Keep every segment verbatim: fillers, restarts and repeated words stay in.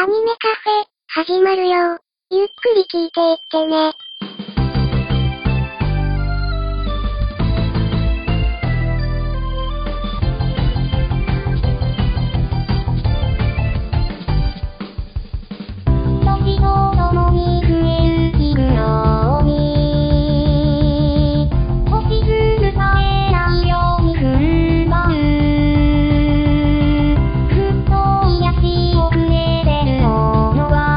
アニメカフェ、始まるよ。ゆっくり聞いていってね。 年とともに増える日のように星屑さえないように踏ん張る。ふっと癒しをくれてるものは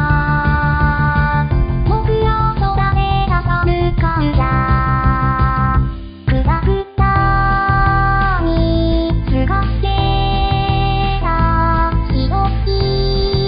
僕ら空で挟む感謝。くたくたにすがってたひどい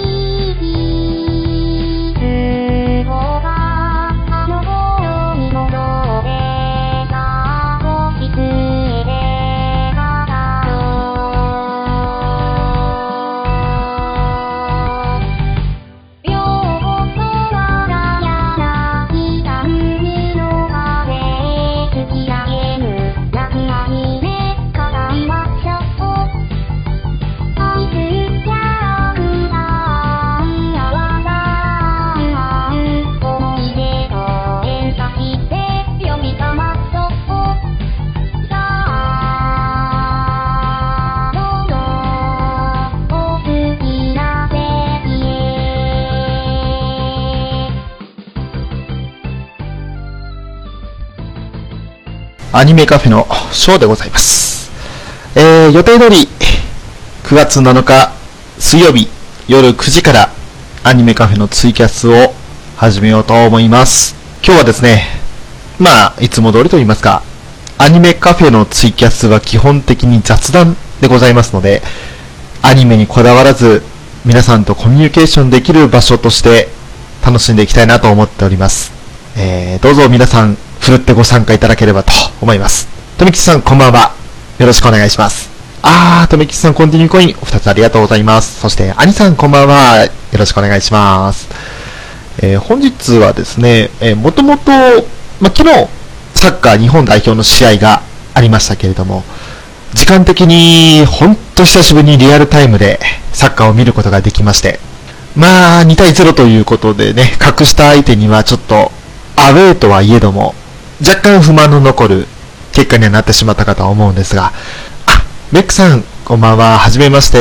アニメカフェのショーでございます。えー、予定通りくがつなのか水曜日夜くじからアニメカフェのツイキャスを始めようと思います。今日はですね、まあいつも通りと言いますか、アニメカフェのツイキャスは基本的に雑談でございますので、アニメにこだわらず皆さんとコミュニケーションできる場所として楽しんでいきたいなと思っております。えー、どうぞ皆さんふるってご参加いただければと思います。とめきちさんこんばんは。よろしくお願いします。あー、とめきちさんコンティニューコインお二つありがとうございます。そして、アニさんこんばんは。よろしくお願いします。えー、本日はですね、えー、もともと、ま、昨日、サッカー日本代表の試合がありましたけれども、時間的にほんと久しぶりにリアルタイムでサッカーを見ることができまして、まあ、にたいゼロということでね、格下相手にはちょっと、アウェーとはいえども、若干不満の残る結果にはなってしまったかとは思うんですが、あ、メックさん、こんばんは。はじめまして。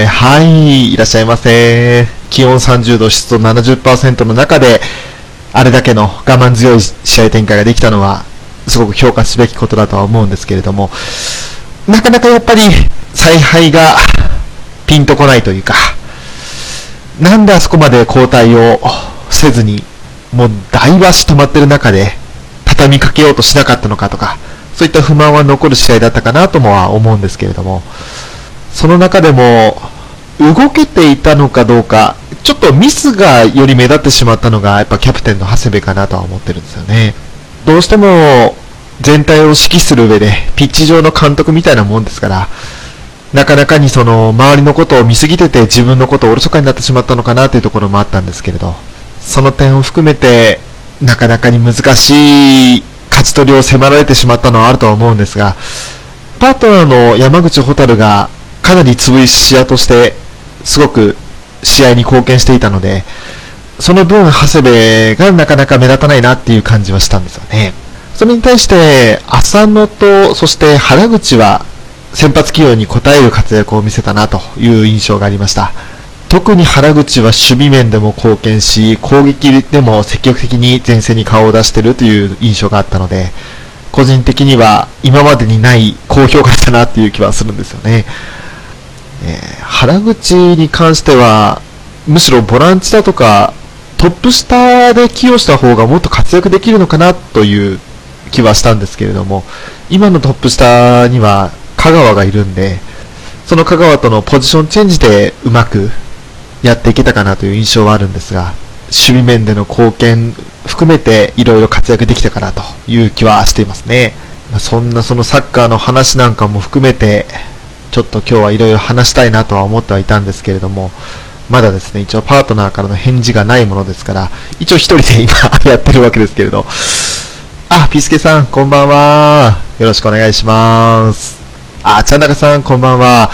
はい、いらっしゃいませ。気温さんじゅうど、湿度 ななじゅっパーセント の中で、あれだけの我慢強い試合展開ができたのは、すごく評価すべきことだとは思うんですけれども、なかなかやっぱり、采配がピンとこないというか、なんであそこまで交代をせずに、もう大足止まってる中で、畳みかけようとしなかったのかとか、そういった不満は残る試合だったかなともは思うんですけれども、その中でも動けていたのかどうか、ちょっとミスがより目立ってしまったのがやっぱキャプテンの長谷部かなとは思ってるんですよね。どうしても全体を指揮する上でピッチ上の監督みたいなもんですから、なかなかにその周りのことを見すぎてて自分のことをおろそかになってしまったのかなというところもあったんですけれど、その点を含めてなかなかに難しい勝ち取りを迫られてしまったのはあるとは思うんですが、パートナーの山口蛍がかなり潰し屋としてすごく試合に貢献していたので、その分長谷部がなかなか目立たないなっていう感じはしたんですよね。それに対して浅野とそして原口は先発起用に応える活躍を見せたなという印象がありました。特に原口は守備面でも貢献し、攻撃でも積極的に前線に顔を出しているという印象があったので、個人的には今までにない高評価だなっていう気はするんですよね。えー、原口に関しては、むしろボランチだとかトップ下で起用した方がもっと活躍できるのかなという気はしたんですけれども、今のトップ下には香川がいるんで、その香川とのポジションチェンジでうまくやっていけたかなという印象はあるんですが、守備面での貢献含めていろいろ活躍できたかなという気はしていますね。そんなそのサッカーの話なんかも含めてちょっと今日はいろいろ話したいなとは思ってはいたんですけれども、まだですね、一応パートナーからの返事がないものですから、一応一人で今やってるわけですけれど、あ、ピースケさんこんばんは、よろしくお願いします。あ、ちゃんなかさんこんばんは。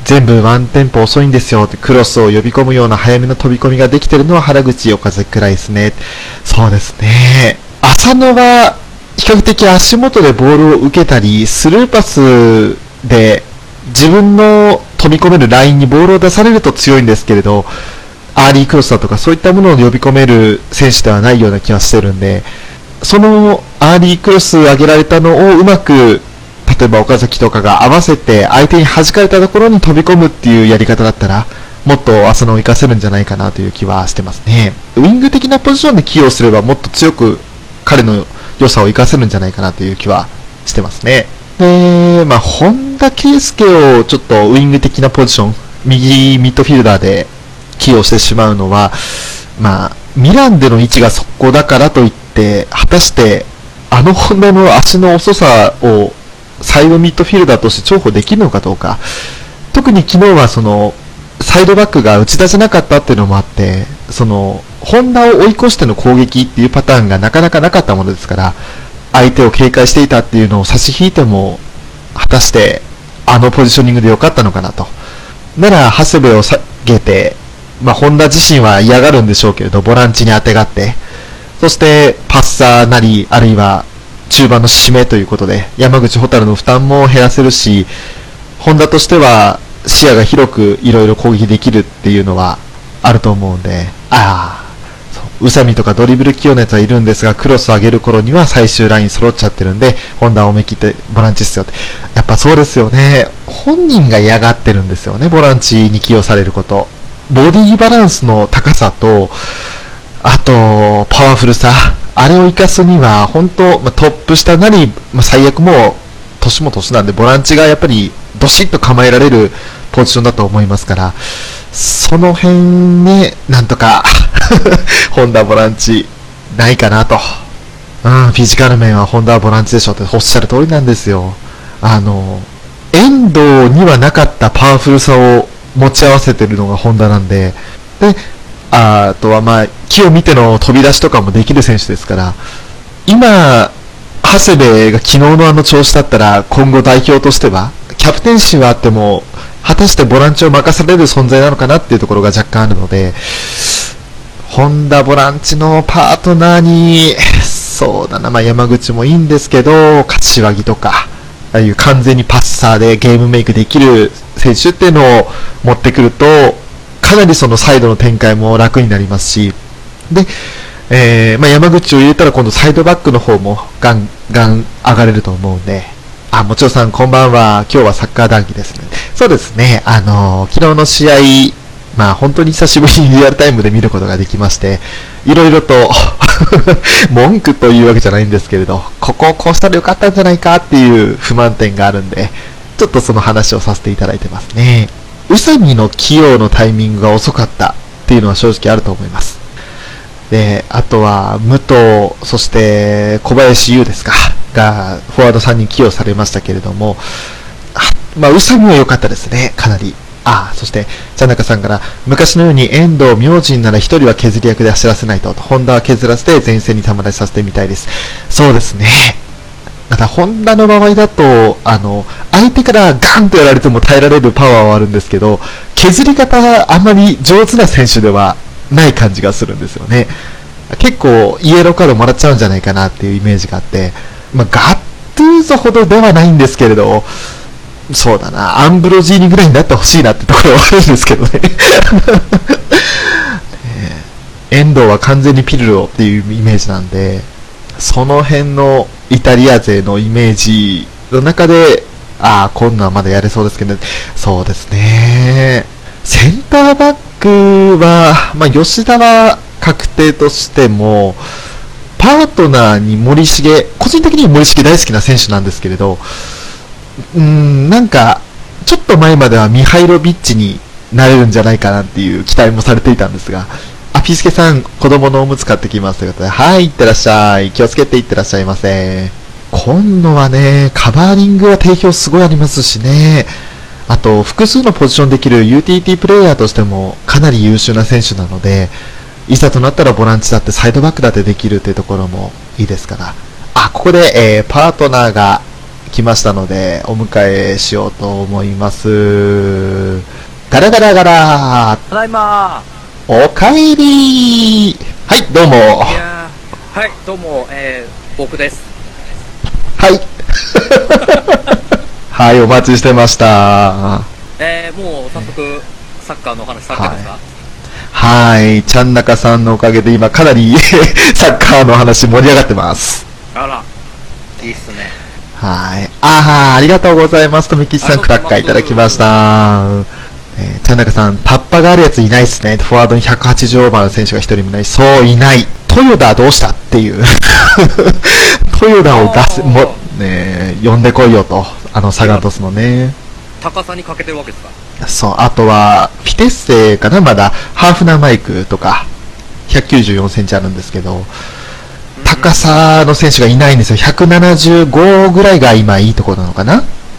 全部ワンテンポ遅いんですよって、クロスを呼び込むような早めの飛び込みができてるのは原口、岡崎くらいですね。そうですね。浅野は比較的足元でボールを受けたり、スルーパスで自分の飛び込めるラインにボールを出されると強いんですけれど、アーリークロスだとかそういったものを呼び込める選手ではないような気がしてるんで、そのアーリークロス上げられたのをうまく、例えば岡崎とかが合わせて相手に弾かれたところに飛び込むっていうやり方だったら、もっと浅野を活かせるんじゃないかなという気はしてますね。ウィング的なポジションで起用すればもっと強く彼の良さを活かせるんじゃないかなという気はしてますね。で、まあ、本田圭佑をちょっとウィング的なポジション、右ミッドフィルダーで起用してしまうのは、まあ、ミランでの位置がそこだからといって、果たしてあの本田の足の遅さをサイドミッドフィルダーとして重宝できるのかどうか。特に昨日はそのサイドバックが打ち出せなかったっていうのもあって、その本田を追い越しての攻撃っていうパターンがなかなかなかったものですから、相手を警戒していたっていうのを差し引いても、果たしてあのポジショニングで良かったのかなと。なら長谷部を下げて、まあ本田自身は嫌がるんでしょうけれど、ボランチに当てがって、そしてパッサーなり、あるいは中盤の締めということで、山口蛍の負担も減らせるし、本田としては視野が広くいろいろ攻撃できるっていうのはあると思うんで、ああ、宇佐美とかドリブル器用なやつはいるんですが、クロスを上げる頃には最終ライン揃っちゃってるんで、本田を思い切ってボランチっすよって。やっぱそうですよね。本人が嫌がってるんですよね、ボランチに起用されること。ボディバランスの高さと、あと、パワフルさ。あれを生かすには、本当、まあ、トップ下なり、まあ、最悪もう、年も年なんで、ボランチがやっぱり、どしっと構えられるポジションだと思いますから、その辺ね、なんとか、ホンダボランチ、ないかなと。うん、フィジカル面はホンダボランチでしょっておっしゃる通りなんですよ。あの、遠藤にはなかったパワフルさを持ち合わせてるのがホンダなんで、で、あとはまあ、木を見ての飛び出しとかもできる選手ですから、今、長谷部が昨日のあの調子だったら、今後代表としては、キャプテンシーはあっても、果たしてボランチを任される存在なのかなっていうところが若干あるので、本田ボランチのパートナーに、そうだな、まあ山口もいいんですけど、柏木とか、ああいう完全にパッサーでゲームメイクできる選手っていうのを持ってくると、かなりそのサイドの展開も楽になりますし、で、えー、まあ山口を入れたら今度サイドバックの方もガンガン上がれると思うんで、あ、もちろんさんこんばんは、今日はサッカー談義ですね。そうですね、あのー、昨日の試合、まあ本当に久しぶりにリアルタイムで見ることができまして、いろいろと文句というわけじゃないんですけれど、ここをこうしたらよかったんじゃないかっていう不満点があるんで、ちょっとその話をさせていただいてますね。宇佐美の起用のタイミングが遅かったっていうのは正直あると思います。で、あとは武藤、そして小林優ですか、がフォワードさんに起用されましたけれども、まあ宇佐美は良かったですね、かなり。ああ、そして、茶中さんから、昔のように遠藤、明神なら一人は削り役で走らせないと、本田は削らせて前線に球出しさせてみたいです。そうですね。また、本田の場合だと、あの、相手からガンとやられても耐えられるパワーはあるんですけど、削り方があんまり上手な選手ではない感じがするんですよね。結構、イエローカードもらっちゃうんじゃないかなっていうイメージがあって、まあ、ガットゥーゾほどではないんですけれど、そうだな、アンブロジーニぐらいになってほしいなってところはあるんですけどね。遠藤は完全にピルロっていうイメージなんで、その辺のイタリア勢のイメージの中で、ああ、今度はまだやれそうですけど、ね、そうですね。センターバックは、まあ、吉田は確定としても、パートナーに森重、個人的に森重大好きな選手なんですけれど、うーん、なんか、ちょっと前まではミハイロビッチになれるんじゃないかなっていう期待もされていたんですが、あ、ピースケさん、子供のおむつ買ってきますということで、はい、いってらっしゃい。気をつけていってらっしゃいませ。今度はね、カバーリングは定評すごいありますしね、あと、複数のポジションできるユーティリティプレイヤーとしてもかなり優秀な選手なので、いざとなったらボランチだってサイドバックだってできるっていうところもいいですから、あ、ここで、えー、パートナーが来ましたので、お迎えしようと思います。ガラガラガラただいまおかえりはい、どうも。いやはい、どうも、えー、僕です。 はい。はい、お待ちしてました。 えー、もう早速、サッカーのお話されてますか？ はい、ちゃんなかさんのおかげで今かなりサッカーの話盛り上がってます。 あら、いいっすね。 はい。あー、ありがとうございます。とめきちさんクラッカーいただきました。えー、ちゃんなかさん、タッパがあるやついないっすね。フォワードにひゃくはちじゅうオーバーの選手が一人もいない。そう、いない。豊田どうしたっていう。豊田を出せ、も、ね、呼んでこいよと。あの、サガン鳥栖のね。 高さに欠けてるわけですか？ そう、あとは、フィテッセかな、まだ、ハーフナーマイクとか、ひゃくきゅうじゅうよんセンチあるんですけど、高さの選手がいないんですよ。ひゃくななじゅうごぐらいが今いいところなのかな。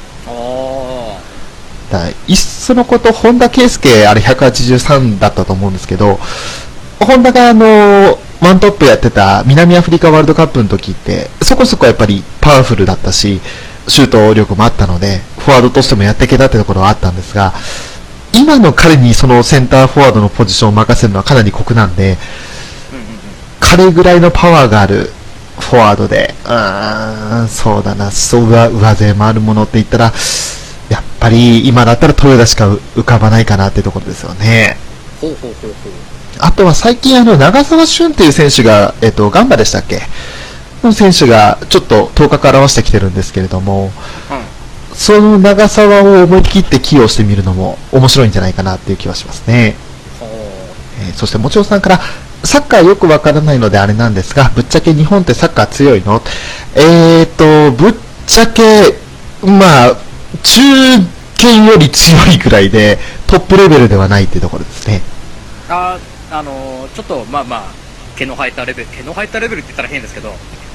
だいっそのこと、本田圭佑、あれひゃくはちじゅうさんだったと思うんですけど、本田があの、ワントップやってた南アフリカワールドカップの時って、そこそこやっぱりパワフルだったし、シュート力もあったので、フォワードとしてもやっていけたってところはあったんですが、今の彼にそのセンターフォワードのポジションを任せるのはかなり酷なんで、彼ぐらいのパワーがあるフォワードで、うーん、そうだな、そうが上背もあるものって言ったら、やっぱり今だったら豊田しか浮かばないかなってところですよね。 ほうほうほうほう。 あとは最近あの長澤俊っていう選手が、えっと、ガンバでしたっけの選手がちょっと頭角現してきてるんですけれども、うん、その長澤を思い切って起用してみるのも面白いんじゃないかなっていう気はしますね。えー、そしてもちろんさんからサッカーよくわからないのであれなんですが、ぶっちゃけ日本ってサッカー強いの？えーと、ぶっちゃけ、まあ、中堅より強いくらいでトップレベルではないっていうところですね。 ああのー、ちょっとまあまあ毛の生えたレベル毛の生えたレベルって言ったら変ですけど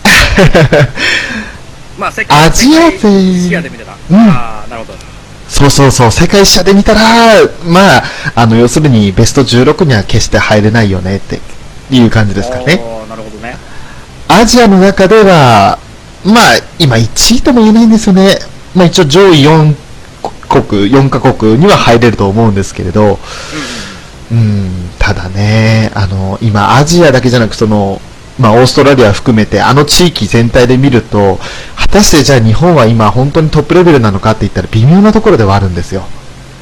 まあ世界アジア勢視野で見てた、うん、ああなるほど。 そうそうそう、世界視野で見たらまああの要するにベストじゅうろくには決して入れないよねっていう感じですかね。 なるほどね。 アジアの中ではまあ今いちいとも言えないんですよね。まあ一応上位よんかこくよんカ国には入れると思うんですけれど、うん、うん、ただね、あの今アジアだけじゃなくそのまあオーストラリア含めてあの地域全体で見ると、果たしてじゃあ日本は今本当にトップレベルなのかって言ったら微妙なところではあるんですよ。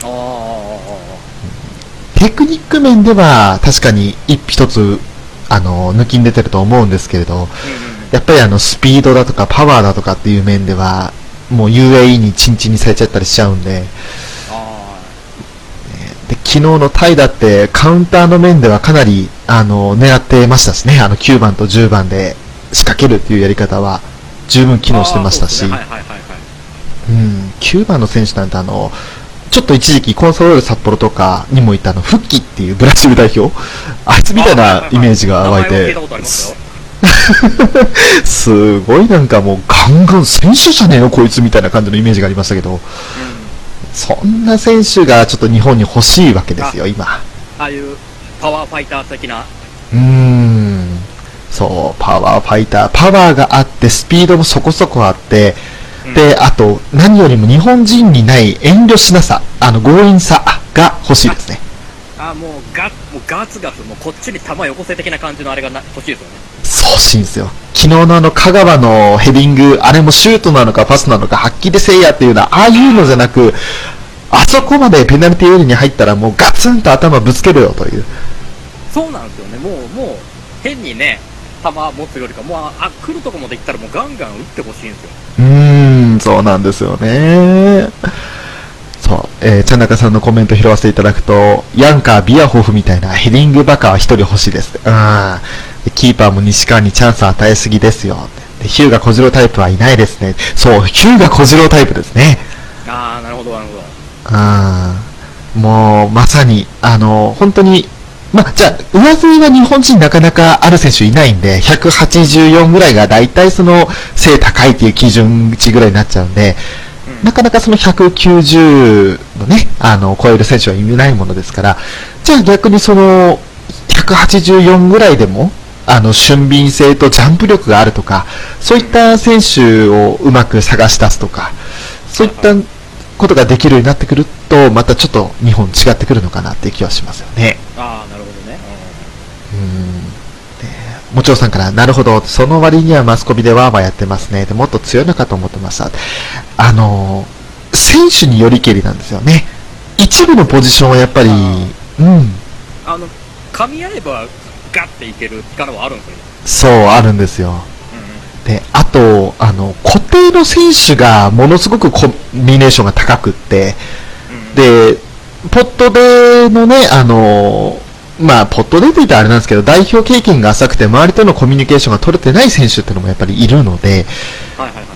テクニック面では確かに一一つあの抜きに出てると思うんですけれど、やっぱりあのスピードだとかパワーだとかっていう面ではもう ユーエーイー にチンチンにされちゃったりしちゃうんで、で昨日のタイだってカウンターの面ではかなりあの狙ってましたしね。あのきゅうばんとじゅうばんで仕掛けるっていうやり方は十分機能してましたし、きゅうばんの選手なんてあのちょっと一時期コンソール札幌とかにもいたあのフッキっていうブラジル代表、あいつみたいなイメージが湧いて、すごいなんかもうガンガン選手じゃねえのこいつみたいな感じのイメージがありましたけど、うん、そんな選手がちょっと日本に欲しいわけですよ今。ああいうパワーファイター的な、 うーん、そうパワーファイター、パワーがあってスピードもそこそこあって、うん、であと何よりも日本人にない遠慮しなさ、あの強引さが欲しいですね。 ああもうガもうガツガツもうこっちに球よこせ的な感じのあれがな欲しいですよね。 そう欲しいんですよ。昨日のあの香川のヘディング、あれもシュートなのかパスなのかはっきりせいやっていうのはああいうのじゃなく、あそこまでペナルティーエリアに入ったらもうガツンと頭ぶつけろよという。 そうなんですよね。もうもう変にね球持つよりかもうあ来るとこまで行ったらもうガンガン打ってほしいんですよ。 うーん、そうなんですよね。そう、えー、ちゃんなかさんのコメント拾わせていただくと、ヤンカー、ビアホフみたいなヘディングバカは一人欲しいです。うん。キーパーも西川にチャンス与えすぎですよ。でヒューガ小次郎タイプはいないですね。そう、ヒューガ小次郎タイプですね。 ああ、なるほど、なるほど。 ああ、もう、まさに、あの、本当に、まあ、じゃあ、上背は日本人なかなかある選手いないんで、ひゃくはちじゅうよんぐらいがだいたいその、背高いっていう基準値ぐらいになっちゃうんで、うん、なかなかそのひゃくきゅうじゅうのね、あの、超える選手はいないものですから、じゃあ逆にその、ひゃくはちじゅうよんぐらいでも、 あの、俊敏性とジャンプ力があるとか、そういった選手をうまく探し出すとか、そういったことができるようになってくると、またちょっと日本違ってくるのかなっていう気はしますよね。 ああ、なるほどね。 うんでもちろんさんから、なるほど、その割にはマスコミでワーワーやってますね。でもっと強いのかと思ってました。あの、選手によりけりなんですよね。一部のポジションはやっぱり、うん。 あの、噛み合えばガッていける力はあるんですよ。 そう、あるんですよ。 うん、 で、あと、あの、固定の選手がものすごくコミュニケーションが高くって、うん、で、ポットでのね、あの、まあ、ポットでと言ったらあれなんですけど、代表経験が浅くて、周りとのコミュニケーションが取れてない選手っていうのもやっぱりいるので、 はいはいはい、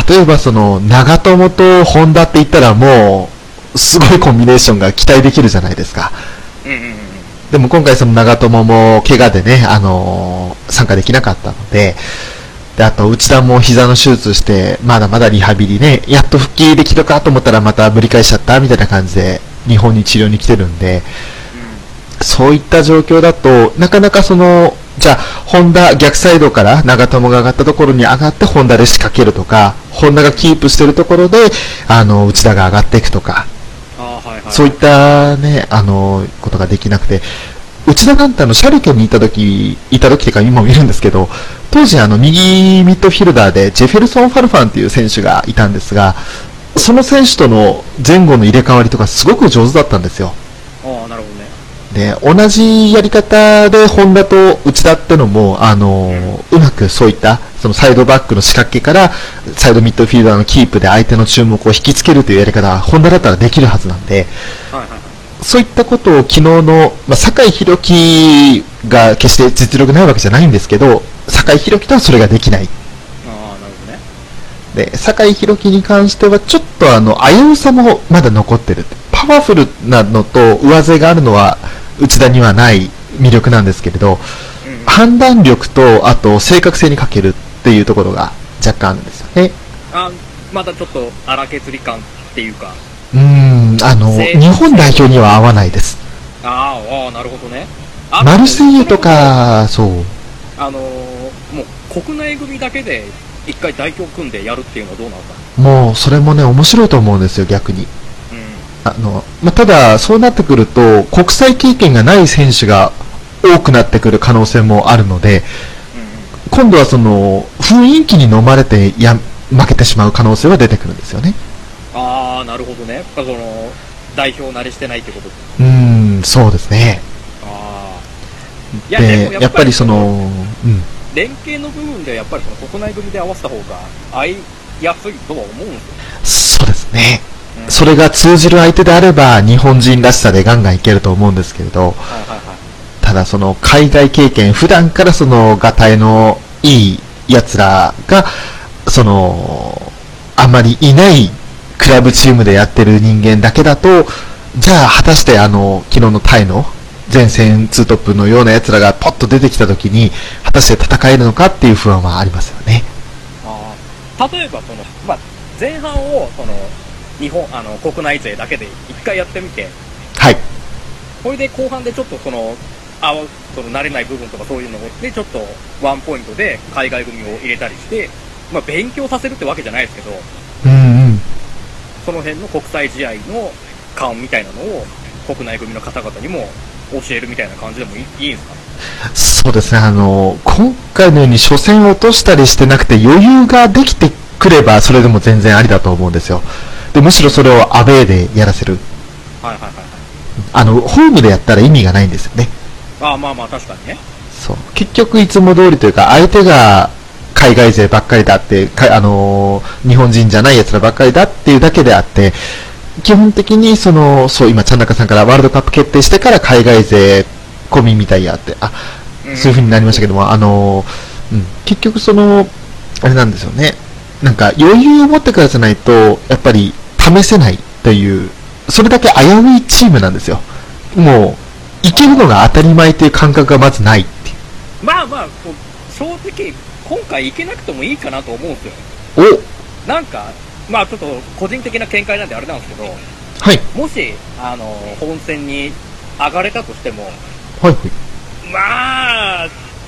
例えばその、長友と本田って言ったらもう、すごいコンビネーションが期待できるじゃないですか。 うんうんうん、 でも今回その長友も怪我でね、あのー、参加できなかったので、で、あと内田も膝の手術して、まだまだリハビリね、やっと復帰できるかと思ったらまたぶり返しちゃったみたいな感じで、日本に治療に来てるんで、うん、そういった状況だと、なかなかその、じゃあ、本田逆サイドから長友が上がったところに上がって本田で仕掛けるとか、本田がキープしてるところで、あの、内田が上がっていくとか、 あ、はいはい、 そういったね、あの、ことができなくて、内田なんてあの、シャルケにいた時、いた時っていうか今もいるんですけど、当時あの、右ミッドフィルダーでジェフェルソン・ファルファンっていう選手がいたんですが、その選手との前後の入れ替わりとかすごく上手だったんですよ。 ああ、なるほどね。 で、同じやり方で本田と内田ってのも、あの、うまくそういった、そのサイドバックの仕掛けから、サイドミッドフィルダーのキープで相手の注目を引きつけるというやり方は、本田だったらできるはずなんで、 はいはいはい、 そういったことを昨日の、まあ、酒井宏樹が決して実力ないわけじゃないんですけど、酒井宏樹とはそれができない。 ああ、なるほどね。 で、酒井宏樹に関しては、ちょっとあの、危うさもまだ残ってる。パワフルなのと上背があるのは、内田にはない魅力なんですけれど、うん、判断力と、あと正確性に欠けるっていうところが若干あるんですよね。 あ、まだちょっと荒削り感っていうか。 うーん、あの、日本代表には合わないです。 ああ、なるほどね。 マルセイユとか、そう。 あのー、もう国内組だけで一回代表組んでやるっていうのはどうなのか。 もう、それもね、面白いと思うんですよ、逆に。あの、まあ、ただ、そうなってくると、国際経験がない選手が多くなってくる可能性もあるので、うん、今度はその、雰囲気に飲まれてや、負けてしまう可能性は出てくるんですよね。 ああ、なるほどね。その、代表慣れしてないってことうーん、そうですね。 ああ。 で、やっぱり、やっぱりその、うん。 連携の部分でやっぱりその国内組で合わせた方が合いやすいとは思うんですよ。 そうですね。それが通じる相手であれば日本人らしさでガンガンいけると思うんですけれど、はいはいはい、ただその海外経験、普段からそのがたいのいい奴らがそのあまりいないクラブチームでやってる人間だけだと、じゃあ果たしてあの昨日のタイの前線ツートップのような奴らがポッと出てきた時に果たして戦えるのかっていう不安はありますよね。 あ、例えばその、まあ、前半をその日本、あの、国内勢だけで一回やってみて。 はい。 これで後半でちょっとその、あその慣れない部分とかそういうので、ちょっとワンポイントで海外組を入れたりして、まあ勉強させるってわけじゃないですけど、 うんうん。 その辺の国際試合の勘みたいなのを国内組の方々にも教えるみたいな感じでもいい、いいんですか？ そうですね、あの、今回のように初戦を落としたりしてなくて余裕ができてくればそれでも全然ありだと思うんですよ。でむしろそれをアウェーでやらせる。 はいはいはい。 あの、ホームでやったら意味がないんですよね。 ああ、まあまあ確かにね。 そう。結局いつも通りというか、相手が海外勢ばっかりだって、かあのー、日本人じゃない奴らばっかりだっていうだけであって、基本的にその、そう、今、ちゃんなかさんからワールドカップ決定してから海外勢込みみたいやって、あ、そういう風になりましたけども、あのー、うん、結局その、あれなんですよね。なんか余裕を持ってからじゃないと、やっぱり、試せないという、それだけ危ういチームなんですよ。もう、いけるのが当たり前という感覚がまずないっていう。 まあまあ、正直、今回いけなくてもいいかなと思うんですよ。おなんか、まあちょっと個人的な見解なんであれなんですけど、 はい。 もし、あの、本戦に上がれたとしても、 はいはい。 まあ、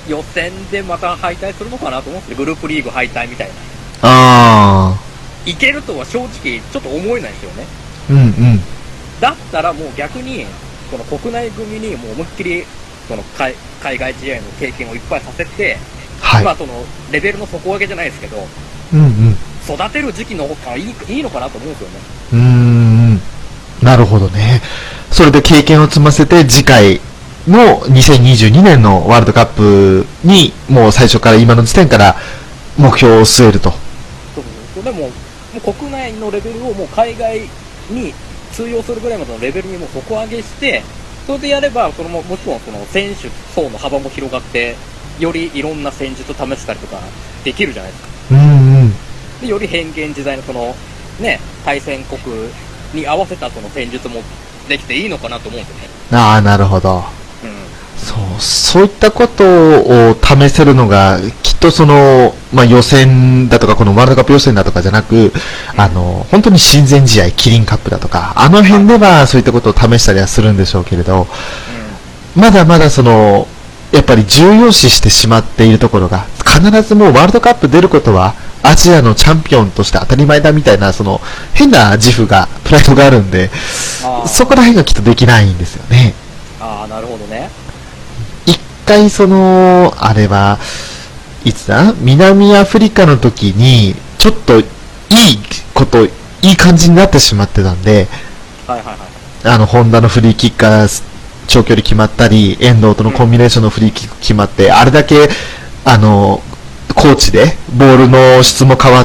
予選でまた敗退するのかなと思ってグループリーグ敗退みたいな。 あいけるとは正直ちょっと思えないですよね。 ー。うんうん。 だったらもう逆に、この国内組にもう思いっきり、その海海外試合の経験をいっぱいさせて、 はい。 まあそのレベルの底上げじゃないですけど、 うんうん。 育てる時期の方がいいいいのかなと思うんですよね。 うーん。なるほどね。それで経験を積ませて次回のにせんにじゅうにねんのワールドカップにもう最初から今の時点から目標を据えると。 そうそうそう。でも、もう国内のレベルをもう海外に通用するぐらいまでのレベルにもう底上げして、それでやれば、そのももちろんその選手層の幅も広がって、よりいろんな戦術を試したりとかできるじゃないですか。 うんうん。 で、より変幻自在のその、ね、対戦国に合わせたその戦術もできていいのかなと思うんですよね。 ああ、なるほど。 うん。 そう、そういったことを試せるのが、きっとその、まあ、予選だとか、このワールドカップ予選だとかじゃなく、あの、本当に親善試合、キリンカップだとか、あの辺ではそういったことを試したりはするんでしょうけれど、まだまだその、やっぱり重要視してしまっているところが、必ずもうワールドカップ出ることは、アジアのチャンピオンとして当たり前だみたいな、その、変な自負が、プライドがあるんで、 あーそこら辺がきっとできないんですよね。 ああ、なるほどね。 一回その、あれは、いつだ南アフリカの時に、ちょっといいこと、いい感じになってしまってたんで、 はいはいはい。 あの、ホンダのフリーキックが長距離決まったり、遠藤とのコンビネーションのフリーキック決まって、あれだけ、あの、コーチで、ボールの質も変わって、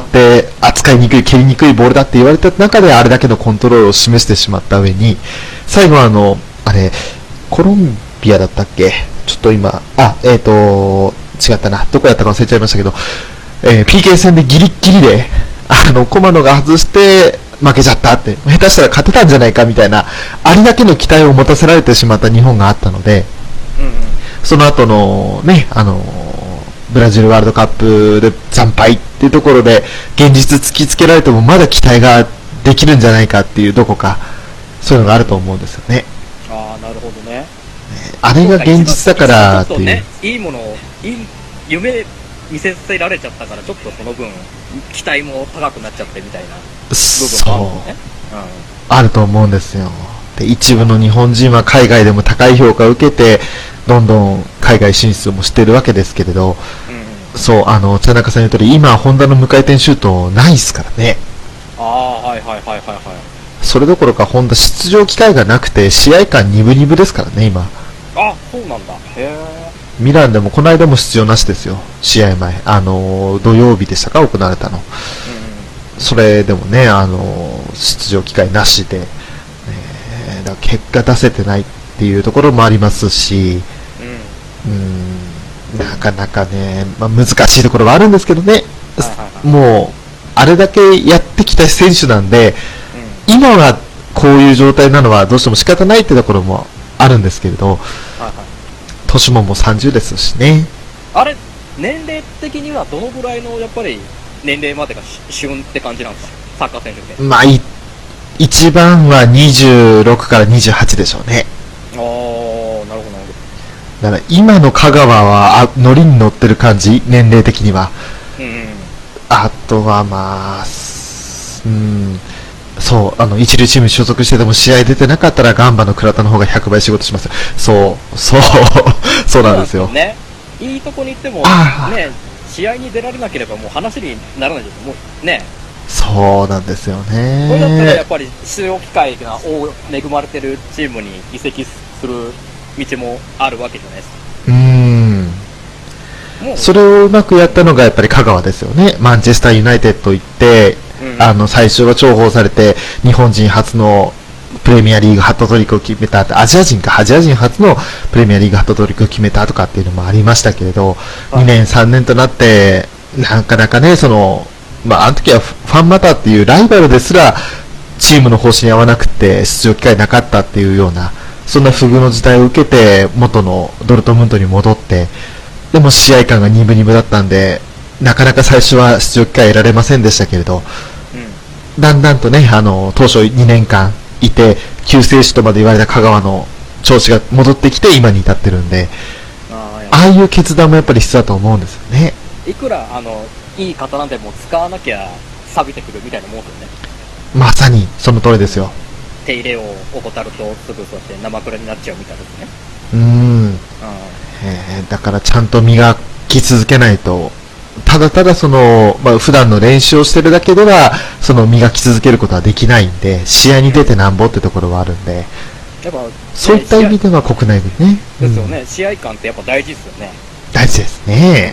扱いにくい、蹴りにくいボールだって言われた中で、あれだけのコントロールを示してしまった上に、最後はあの、あれ、コロンビアだったっけちょっと今、あ、えっ、ー、と、違ったな。どこやったか忘れちゃいましたけど、えー、ピーケー 戦でギリッギリで、あの、コマノが外して、負けちゃったって、下手したら勝てたんじゃないかみたいな、あれだけの期待を持たせられてしまった日本があったので、 うんうん。 その後のね、あの、ブラジルワールドカップで惨敗っていうところで、現実突きつけられてもまだ期待ができるんじゃないかっていうどこか、そういうのがあると思うんですよね。 ああ、なるほどね。 あれが現実だからっていう。 ちょっとね、いいものを、いい、夢見せせられちゃったから、ちょっとその分、期待も高くなっちゃってみたいな部分もあるんですね。 あると思うんですよ。で、一部の日本人は海外でも高い評価を受けて、どんどん海外進出もしているわけですけれど、 うん。うんうん。 そう、あの、田中さん言う通り、今、ホンダの無回転シュートないですからね。 ああ、はいはいはいはいはい。 それどころか、ホンダ出場機会がなくて、試合間にぶにぶですからね、今。 あ、そうなんだ。へえ。 ミランでもこの間も出場なしですよ、試合前。あの、土曜日でしたか、行われたの。 うんそれでもね、あの、出場機会なしで、ね、だから結果出せてないっていうところもありますし、 うん。うん。 うーん、なかなかね、まあ、難しいところはあるんですけどね、 はいはいはい。 もう、あれだけやってきた選手なんで、 うん。 今はこういう状態なのはどうしても仕方ないってところもあるんですけれど、 はいはい。 年ももうさんじゅうですしね。 あれ、年齢的にはどのぐらいの、やっぱり、年齢までがし旬って感じなんですか、サッカー選手って。 まあ、い一番はにじゅうろくからにじゅうはちでしょうね。 ああ、なるほどなるだから今の香川はあノリに乗ってる感じ、年齢的には。 ほど。うんうん。 あとはまあ、すうん、そう、あの、一流チームに所属してても試合出てなかったらガンバの倉田の方がひゃくばい仕事します。そう、そう、そうなんですよ。 ね。いいとこに行っても、 あーね、試合に出られなければもう話にならないですよ。もうね。 そうなんですよそれだったらやっね。 ぱり出場機会が多恵まれてるチームに移籍する道もあるわけじゃないですか。 うーん。 もう、 それをうまくやったのがやっぱり香川ですよね。マンチェスターユナイテッド行って、 うん、 あの、最初は重宝されて、日本人初のプレミアリーグハットトリックを決めたって、アジア人か、アジア人初のプレミアリーグハットトリックを決めたとかっていうのもありましたけれど、 はいにねん、さんねんとなって、なかなかね、その、まあ、あの時はファンマターっていうライバルですら、チームの方針に合わなくて出場機会なかったっていうような、そんな不遇の時代を受けて、元のドルトムントに戻って、でも試合感がにぶにぶだったんで、なかなか最初は出場機会得られませんでしたけれど、 うん。 だんだんとね、あの、当初にねんかんいて、救世主とまで言われた香川の調子が戻ってきて今に至ってるんで、 あああいう決断もやっぱり必要だと思うんですよね。 いくら、あの、いい刀でも使わなきゃ錆びてくるみたいなもんですよね。 まさに、その通りですよ。 手入れを怠るとすぐそして生くらになっちゃうみたいですね。 うーん。 うん。 えーだからちゃんと磨き続けないと、ただただその、まあ、普段の練習をしてるだけでは、その磨き続けることはできないんで、試合に出てなんぼってところはあるんで、 やっぱ、 そういった意味では国内でね。 ですよね、 うん、 試合感ってやっぱ大事ですよね。 大事ですね。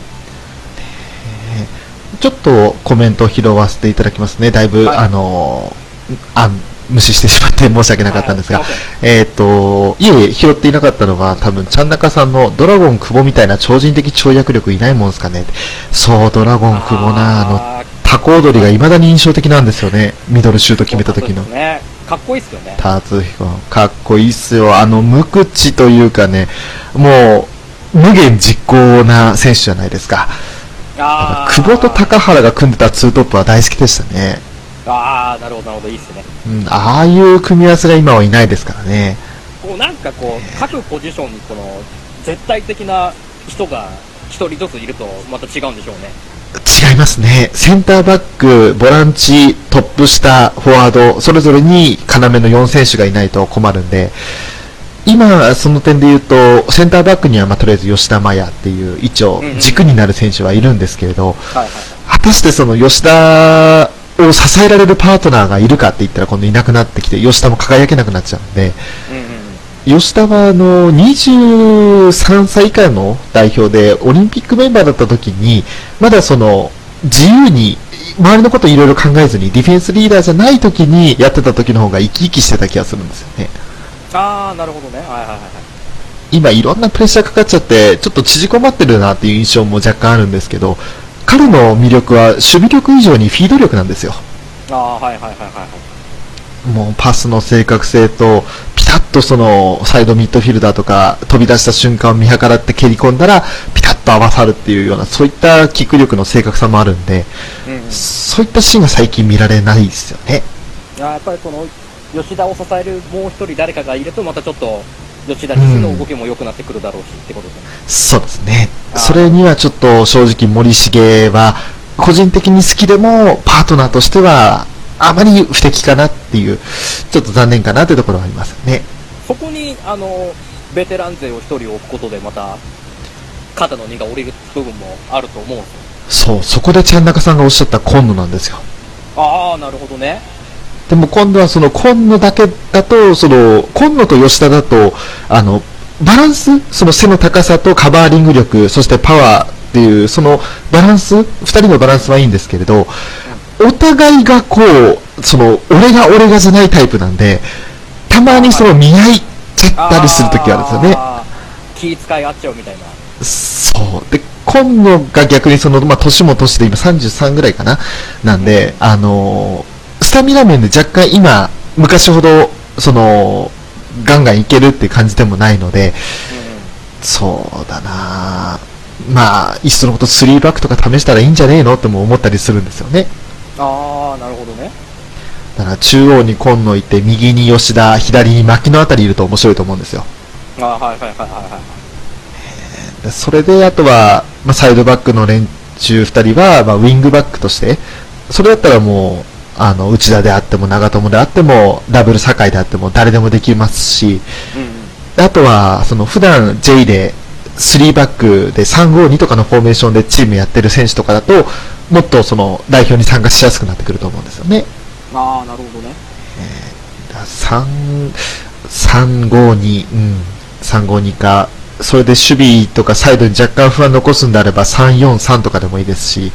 ちょっとコメントを拾わせていただきますね。だいぶ、 はい、 あの、あ、無視してしまって申し訳なかったんですが、 はい、 えっ、と、いえいえ、拾っていなかったのは多分、ちゃんなかさんのドラゴン久保みたいな超人的跳躍力いないもんですかね。そう、ドラゴン久保な、あの、タコ踊りが未だに印象的なんですよね。ミドルシュート決めた時の。 そうですね。かっこいいっすよね。 達彦、かっこいいっすよ。あの、無口というかね、もう、無限実行な選手じゃないですか。 あ久保と高原が組んでたツートップは大好きでしたね。 ああ、なるほど、なるほど、いいっすね。 うん、ああいう組み合わせが今はいないですからね。 こう、なんかこう、各ポジションにこの、絶対的な人が一人ずついるとまた違うんでしょうね。 違いますね。センターバック、ボランチ、トップ下、フォワード、それぞれに要のよん選手がいないと困るんで、今、その点で言うと、センターバックには、まあ、とりあえず吉田麻也っていう一応、軸になる選手はいるんですけれど、 はいはい、 果たしてその吉田を支えられるパートナーがいるかって言ったら今度いなくなってきて、吉田も輝けなくなっちゃうんで、うんうん、吉田はあのにじゅうさんさい以下の代表でオリンピックメンバーだった時に、まだその自由に周りのことをいろいろ考えずにディフェンスリーダーじゃない時にやってた時の方が生き生きしてた気がするんですよね。 ああ、なるほどね。はいはいはい。 今いろんなプレッシャーかかっちゃってちょっと縮こまってるなっていう印象も若干あるんですけど、彼の魅力は守備力以上にフィード力なんですよ。 ああ、はいはいはいはいはい。 もうパスの正確性とピタッとそのサイドミッドフィルダーとか飛び出した瞬間を見計らって蹴り込んだらピタッと合わさるっていうような、そういったキック力の正確さもあるんで、うんうん、そういったシーンが最近見られないですよね。 いややっぱりこの吉田を支えるもう一人誰かがいるとまたちょっと吉田自身の動きも良くなってくるだろうし、うん、ってことですね。 そうですね。それにはちょっと正直森重は個人的に好きでもパートナーとしてはあまり不適かなっていう、ちょっと残念かなというところはありますよね。 そこにあのベテラン勢を一人置くことでまた肩の荷が下りる部分もあると思うんですよ。 そう、そこでちゃんなかさんがおっしゃった今野なんですよ。 ああ、なるほどね。 でも今度はその今野だけだと、その今野と吉田だとあのバランス、その背の高さとカバーリング力、そしてパワーっていうそのバランス、ふたりのバランスはいいんですけれど、お互いがこうその俺が俺がじゃないタイプなんで、たまにその見合いちゃったりするときあるんですよね。 気遣い合っちゃうみたいな。 そうで、今野が逆にそのまあ年も年で今さんじゅうさんぐらいかななんで、うん、あのスタミナ面で若干今昔ほどそのガンガンいけるっていう感じでもないので、うん、そうだな、まあいっそのことスリーバックとか試したらいいんじゃねえのっても思ったりするんですよね。 ああ、なるほどね。 だから中央に今野いて右に吉田、左に牧野あたりいると面白いと思うんですよ。 ああ、はいはいはいはいはい。 それであとは、まあ、サイドバックの連中ふたりは、まあ、ウィングバックとして、それだったらもうあの内田であっても長友であってもダブル酒井であっても誰でもできますし、うん、あとはその普段 J でスリーバックでさんごにとかのフォーメーションでチームやってる選手とかだともっとその代表に参加しやすくなってくると思うんですよね。 ああ、なるほどね。 えー、ださん、さんごに、うん、さんごにか、それで守備とかサイドに若干不安残すんであればさんよんさんとかでもいいですし、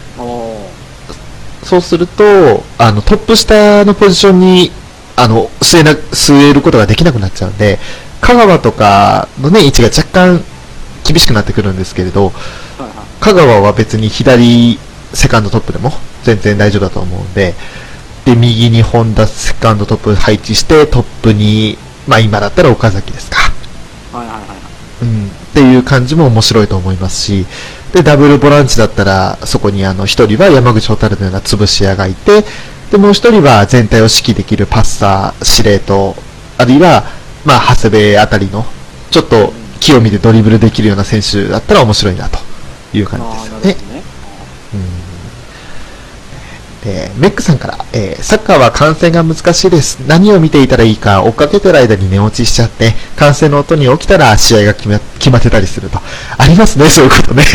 そうするとあのトップ下のポジションにあの据えな据えることができなくなっちゃうんで、香川とかの、ね、位置が若干厳しくなってくるんですけれど、はいはい、香川は別に左セカンドトップでも全然大丈夫だと思うんで、で右に本田セカンドトップ配置してトップに、まあ、今だったら岡崎ですか、はいはいはい、うん、っていう感じも面白いと思いますし、でダブルボランチだったらそこにあのひとりは山口蛍のような潰し屋がいて、でもうひとりは全体を指揮できるパッサー、司令塔、あるいは、まあ、長谷部あたりのちょっと木を見てドリブルできるような選手だったら面白いなという感じですよね。 ね。 でメックさんから、えー、サッカーは観戦が難しいです。何を見ていたらいいか追っかけてる間に寝落ちしちゃって、観戦の音に起きたら試合が決ま、決まってたりすると。ありますね、そういうことね。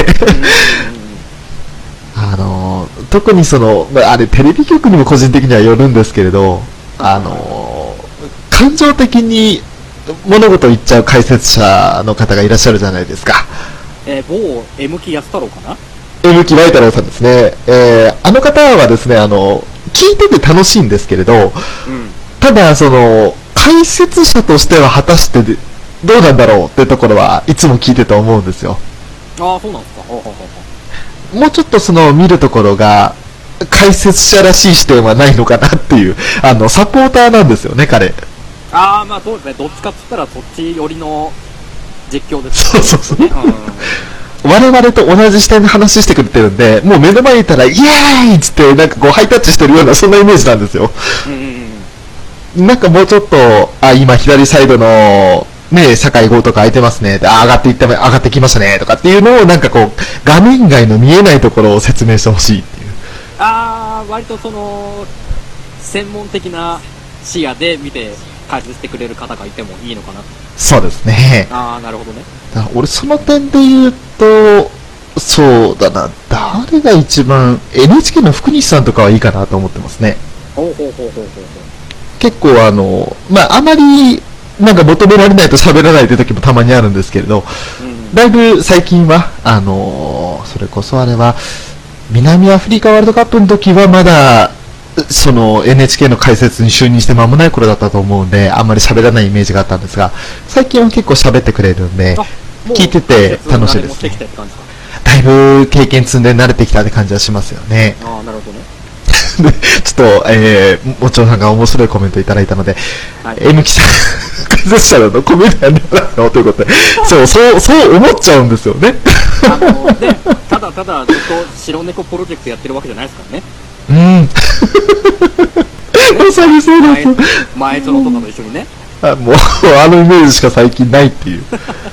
あのー、特にその、あれテレビ局にも個人的にはよるんですけれど、あのー、感情的に物事を言っちゃう解説者の方がいらっしゃるじゃないですか。 えー、某 M 木安太郎かな。 M 木ライ太郎さんですね。えー、あの方はですね、あの、聞いてて楽しいんですけれど、うん、ただ、その、解説者としては果たしてどうなんだろうってところはいつも聞いてて思うんですよ。 ああ、そうなんですか。ほうほうほう。 もうちょっとその見るところが、解説者らしい視点はないのかなっていう、あの、サポーターなんですよね、彼。 ああ、まあそうですね。どっちかっつったらそっち寄りの実況ですね。 そうそうそう。 うん我々と同じ視点で話してくれてるんで、もう目の前にいたら、イエーイっつって、なんかこうハイタッチしてるような、そんなイメージなんですよ。うんうんうん、なんかもうちょっと、あ、今左サイドの、ね、酒井豪とか空いてますね。あ、上がっていった、上がってきましたね。とかっていうのを、なんかこう、画面外の見えないところを説明してほしいっていう。 あー、割とその、専門的な視野で見て解説してくれる方がいてもいいのかな。 そうですね。 あー、なるほどね。 俺その点で言うと、そうだな、誰が一番 エヌエイチケー の福西さんとかはいいかなと思ってますね。 ほうほうほうほうほう。 結構あの、まあ、あまりなんか求められないと喋らないという時もたまにあるんですけれど、うん、だいぶ最近はあのそれこそあれは南アフリカワールドカップの時はまだその エヌエイチケー の解説に就任して間もない頃だったと思うんで、あんまり喋らないイメージがあったんですが、最近は結構喋ってくれるんで、聞いてて楽しいですね。だいぶ経験積んで慣れてきたって感じはしますよね。 ああ、なるほどね。 ちょっと、えー、もちろんさんが面白いコメントいただいたので、はい、M 木さん、解説者のコメントやんでもらうのということで、そう、そう、そう思っちゃうんですよね。 あの、で、ただただずっと白猫プロジェクトやってるわけじゃないですからね。 うん。まさにそうです。 前園とかと一緒にね。 あ、もう、あのイメージしか最近ないっていう。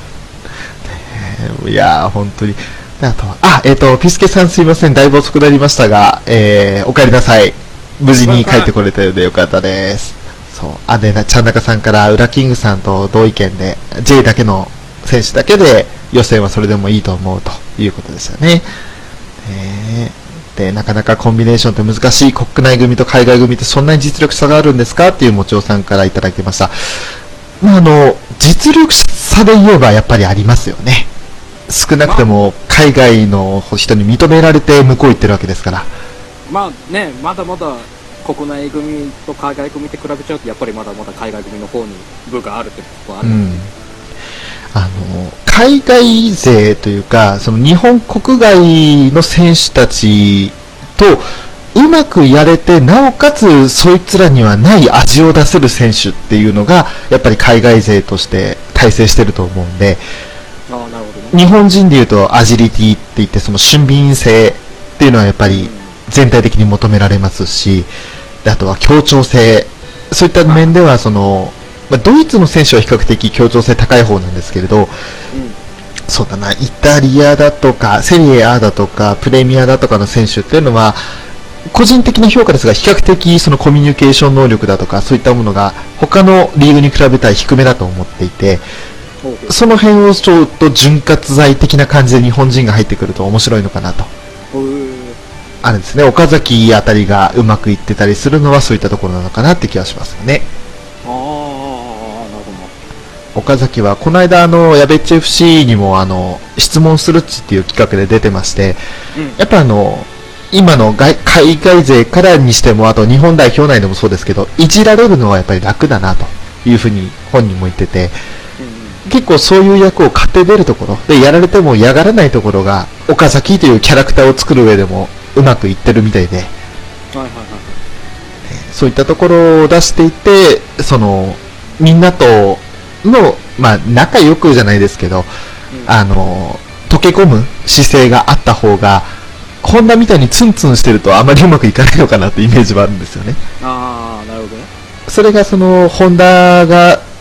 いやー、本当に。あとは、あ、えっ、ー、と、ピスケさんすいません。だいぶ遅くなりましたが、えー、お帰りなさい。無事に帰ってこれたのでよかったです。そう。あ、で、ちゃんなかさんから、ウラキングさんと同意見で、J だけの選手だけで、予選はそれでもいいと思うということでしたね。えー、で、なかなかコンビネーションって難しい。国内組と海外組ってそんなに実力差があるんですかっていうもちおさんからいただきました。まあ、あの、実力差で言えばやっぱりありますよね。少なくても海外の人に認められて向こう行ってるわけですから。 まあね、まだまだ国内組と海外組って比べちゃうとやっぱりまだまだ海外組の方に部があるってことはある、うん、 あの海外勢というかその日本国外の選手たちとうまくやれてなおかつそいつらにはない味を出せる選手っていうのがやっぱり海外勢として大成してると思うんで、 あ、なるほどね、 日本人でいうとアジリティって言ってその俊敏性っていうのはやっぱり全体的に求められますし、あとは協調性、そういった面ではその、まあ、ドイツの選手は比較的協調性高い方なんですけれど、うん、そうだな、イタリアだとかセリエ A だとかプレミアだとかの選手っていうのは個人的な評価ですが比較的そのコミュニケーション能力だとかそういったものが他のリーグに比べたら低めだと思っていて、その辺をちょっと潤滑剤的な感じで日本人が入ってくると面白いのかなと。あるんですね。岡崎あたりがうまくいってたりするのはそういったところなのかなって気がしますよね。 ああ、なるほど。 岡崎はこの間あのやべっち エフシー にもあの質問するっちっていう企画で出てまして、うん、やっぱあの今の外海外勢からにしてもあと日本代表内でもそうですけどいじられるのはやっぱり楽だなというふうに本人も言ってて。結構そういう役を買って出るところでやられても嫌がらないところが岡崎というキャラクターを作る上でもうまくいってるみたいで、はいはいはい、そういったところを出していってそのみんなとの、まあ、仲良くじゃないですけど、うん、あの溶け込む姿勢があった方がホンダみたいにツンツンしてるとあまりうまくいかないのかなってイメージはあるんですよね。 あー、なるほどね。 それがそのホンダが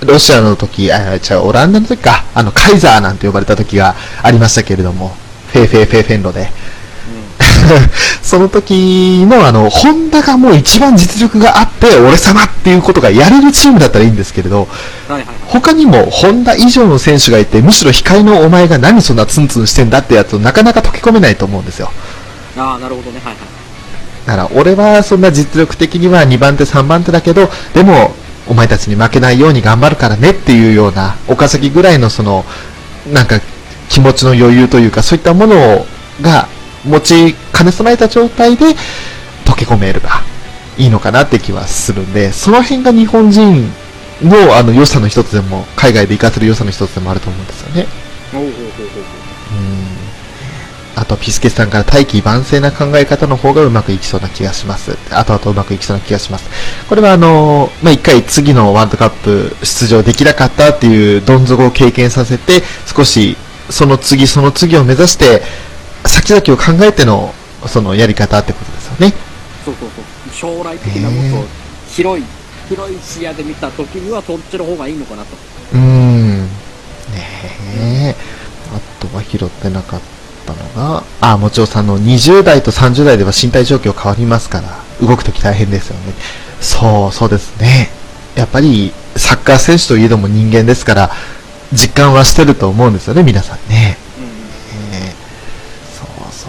ロシアの時、あ、違う、オランダの時か、あの、カイザーなんて呼ばれた時がありましたけれども、フェーフェーフェーフェンロで。その時のあの、ホンダがもう一番実力があって、俺様っていうことがやれるチームだったらいいんですけれど、 はいはい。 他にもホンダ以上の選手がいて、むしろ控えのお前が何そんなツンツンしてんだってやつをなかなか溶け込めないと思うんですよ。 ああ、なるほどね。はいはい。 だから俺はそんな実力的にはにばん手さんばん手だけど、でもお前たちに負けないように頑張るからねっていうような岡崎ぐらいのそのなんか気持ちの余裕というか、そういったものが持ち兼ね備えた状態で溶け込めればいいのかなって気はするんで、その辺が日本人のあの良さの一つでも、海外で活かせる良さの一つでもあると思うんですよね。 おうおうおうおう。 うんあとピスケさんから大器晩成な考え方の方がうまくいきそうな気がします。あとあとうまくいきそうな気がします。これはあのまあ、一回次のワールドカップ出場できなかったっていうどん底を経験させて、少しその次その次を目指して先々を考えてのそのやり方ってことですよね。 そうそうそう。将来的なもっと広い、広い視野で見た時にはそっちの方がいいのかなと。 うーん。ねえ。あとは拾ってなかったのが、あ、もちろんさんのにじゅう代とさんじゅう代では身体状況変わりますから、動くとき大変ですよね。そう、そうですね。やっぱり、サッカー選手といえども人間ですから、実感はしてると思うんですよね、皆さんね。うんえー、そうそう。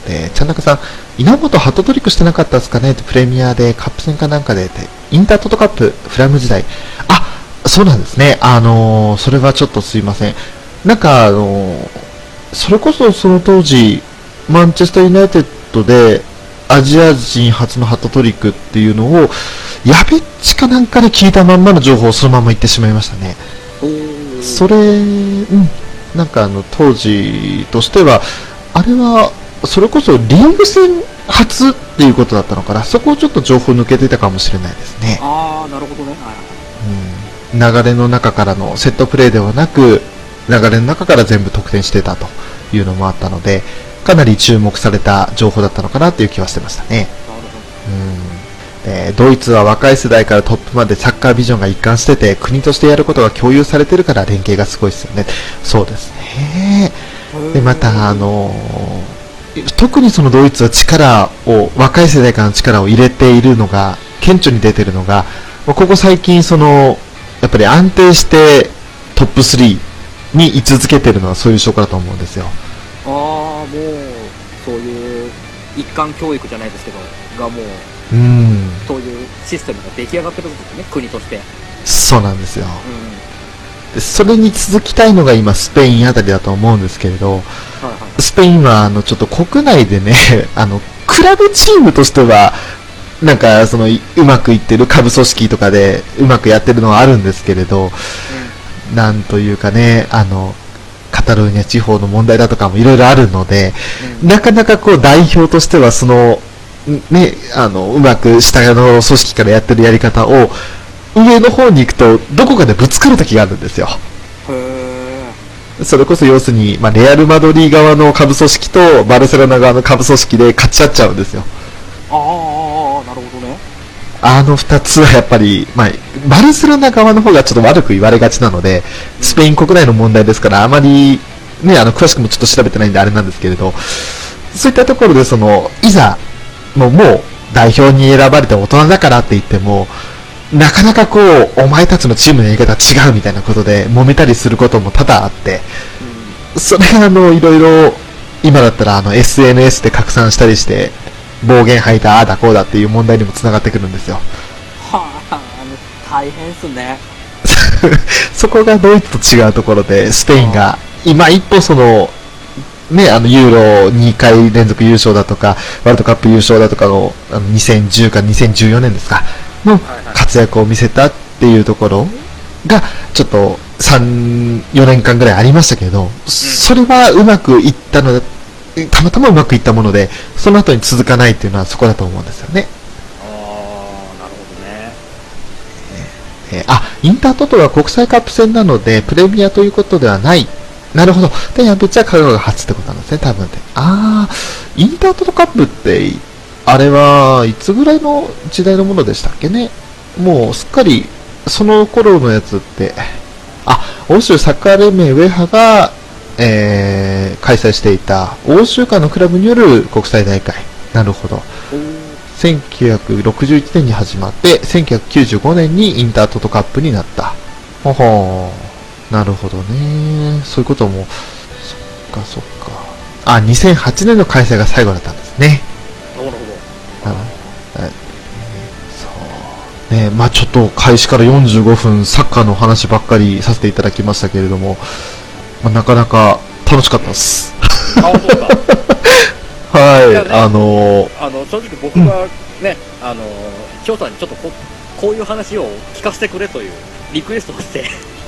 で、ちゃんなかさん、稲本ハットトリックしてなかったですかねって、プレミアで、カップ戦かなんかで、インタートトカップ、フラム時代。あ、そうなんですね。あのー、それはちょっとすいません。なんか、あのー、それこそその当時、マンチェスターユナイテッドでアジア人初のハットトリックっていうのを、やべっちかなんかで聞いたまんまの情報をそのまま言ってしまいましたね。それ、うん、なんかあの当時としては、あれは、それこそリーグ戦初っていうことだったのかな、そこをちょっと情報抜けてたかもしれないですね。 ああ、なるほどね。はい、 うん、流れの中からのセットプレーではなく、流れの中から全部得点してたというのもあったので、かなり注目された情報だったのかなという気はしてましたね。うんでドイツは若い世代からトップまでサッカービジョンが一貫してて、国としてやることが共有されてるから連携がすごいですよね。そうですね。でまたあの特にそのドイツは力を若い世代からの力を入れているのが顕著に出ているのが、ここ最近そのやっぱり安定してトップスリーに居続けてるのはそういう証拠だと思うんですよ。 ああ、もうそういう一貫教育じゃないですけどがもう、うん、そういうシステムが出来上がってるんですね、国として。 そうなんですよ、 うん、 でそれに続きたいのが今スペインあたりだと思うんですけれど、はいはい、スペインはあのちょっと国内でねあのクラブチームとしてはなんかそのうまくいってる下部組織とかでうまくやってるのはあるんですけれど、うんなんというかね、あの、カタルーニャ地方の問題だとかもいろいろあるので、うん、なかなかこう代表としてはその、ね、あの、うまく下の組織からやってるやり方を、上の方に行くとどこかでぶつかる時があるんですよ。 へーそれこそ要するに、まあ、レアル・マドリー側の下部組織とバルセロナ側の下部組織で勝ち合っちゃうんですよ。 ああ、なるほどね。 あの二つはやっぱり、まあ、バルセロナ側の方がちょっと悪く言われがちなので、スペイン国内の問題ですから、あまり、ね、あの、詳しくもちょっと調べてないんであれなんですけれど、そういったところで、その、いざ、もう、もう、代表に選ばれて大人だからって言っても、なかなかこう、お前たちのチームのやり方違うみたいなことで、揉めたりすることも多々あって、それが、あの、いろいろ、今だったら、あの、エスエヌエス で拡散したりして、暴言吐いたああだこうだっていう問題にもつながってくるんですよ。 はあ、大変っすね。 そこがドイツと違うところで、スペインが今一歩その、ね、あのユーロにかい連続優勝だとか、ワールドカップ優勝だとかの、あのにせんじゅうかにせんじゅうよねんですか、の活躍を見せたっていうところが、ちょっとさん、よねんかんぐらいありましたけど、それはうまくいったので、たまたまうまくいったもので、その後に続かないっていうのはそこだと思うんですよね。 ああ、なるほどね。 えー、あ、インタートトは国際カップ戦なので、プレミアということではない。なるほど。で、やぶっちゃ香川が初ってことなんですね、多分で。ああ、インタートトカップって、あれはいつぐらいの時代のものでしたっけね。もうすっかりその頃のやつって、あ、欧州サッカー連盟ウェハが、えー、開催していた欧州間のクラブによる国際大会。なるほど。せんきゅうひゃくろくじゅういちねんに始まって、せんきゅうひゃくきゅうじゅうごねんにインタートトカップになった。ほほー。なるほどね。そういうことも、そっかそっか。あ、にせんはちねんの開催が最後だったんですね。 なるほど。 あのえそう。ね、まあちょっと開始からよんじゅうごふんサッカーの話ばっかりさせていただきましたけれども、まあ、なかなか楽しかったです。 あ、本当か。 はい、 いやね、 あのー、 あの、正直僕がね、うん、あの、翔さんにちょっとここういう話を聞かせてくれというリクエストをして、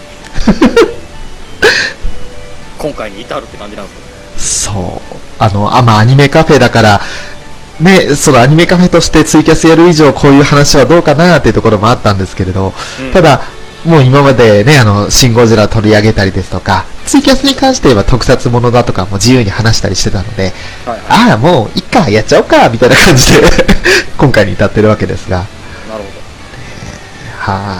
今回に至るって感じなんですよ。そう。あの、あ、まあアニメカフェだから、ね、そのアニメカフェとしてツイキャスやる以上こういう話はどうかなっていうところもあったんですけれど、うん、ただ、もう今までね、あの、シン・ゴジラ取り上げたりですとか、ツイキャスに関して言えば特撮ものだとかも自由に話したりしてたので、はいはい、ああ、もういっか、やっちゃおうか、みたいな感じで、今回に至ってるわけですが。なるほど。 えー、はい。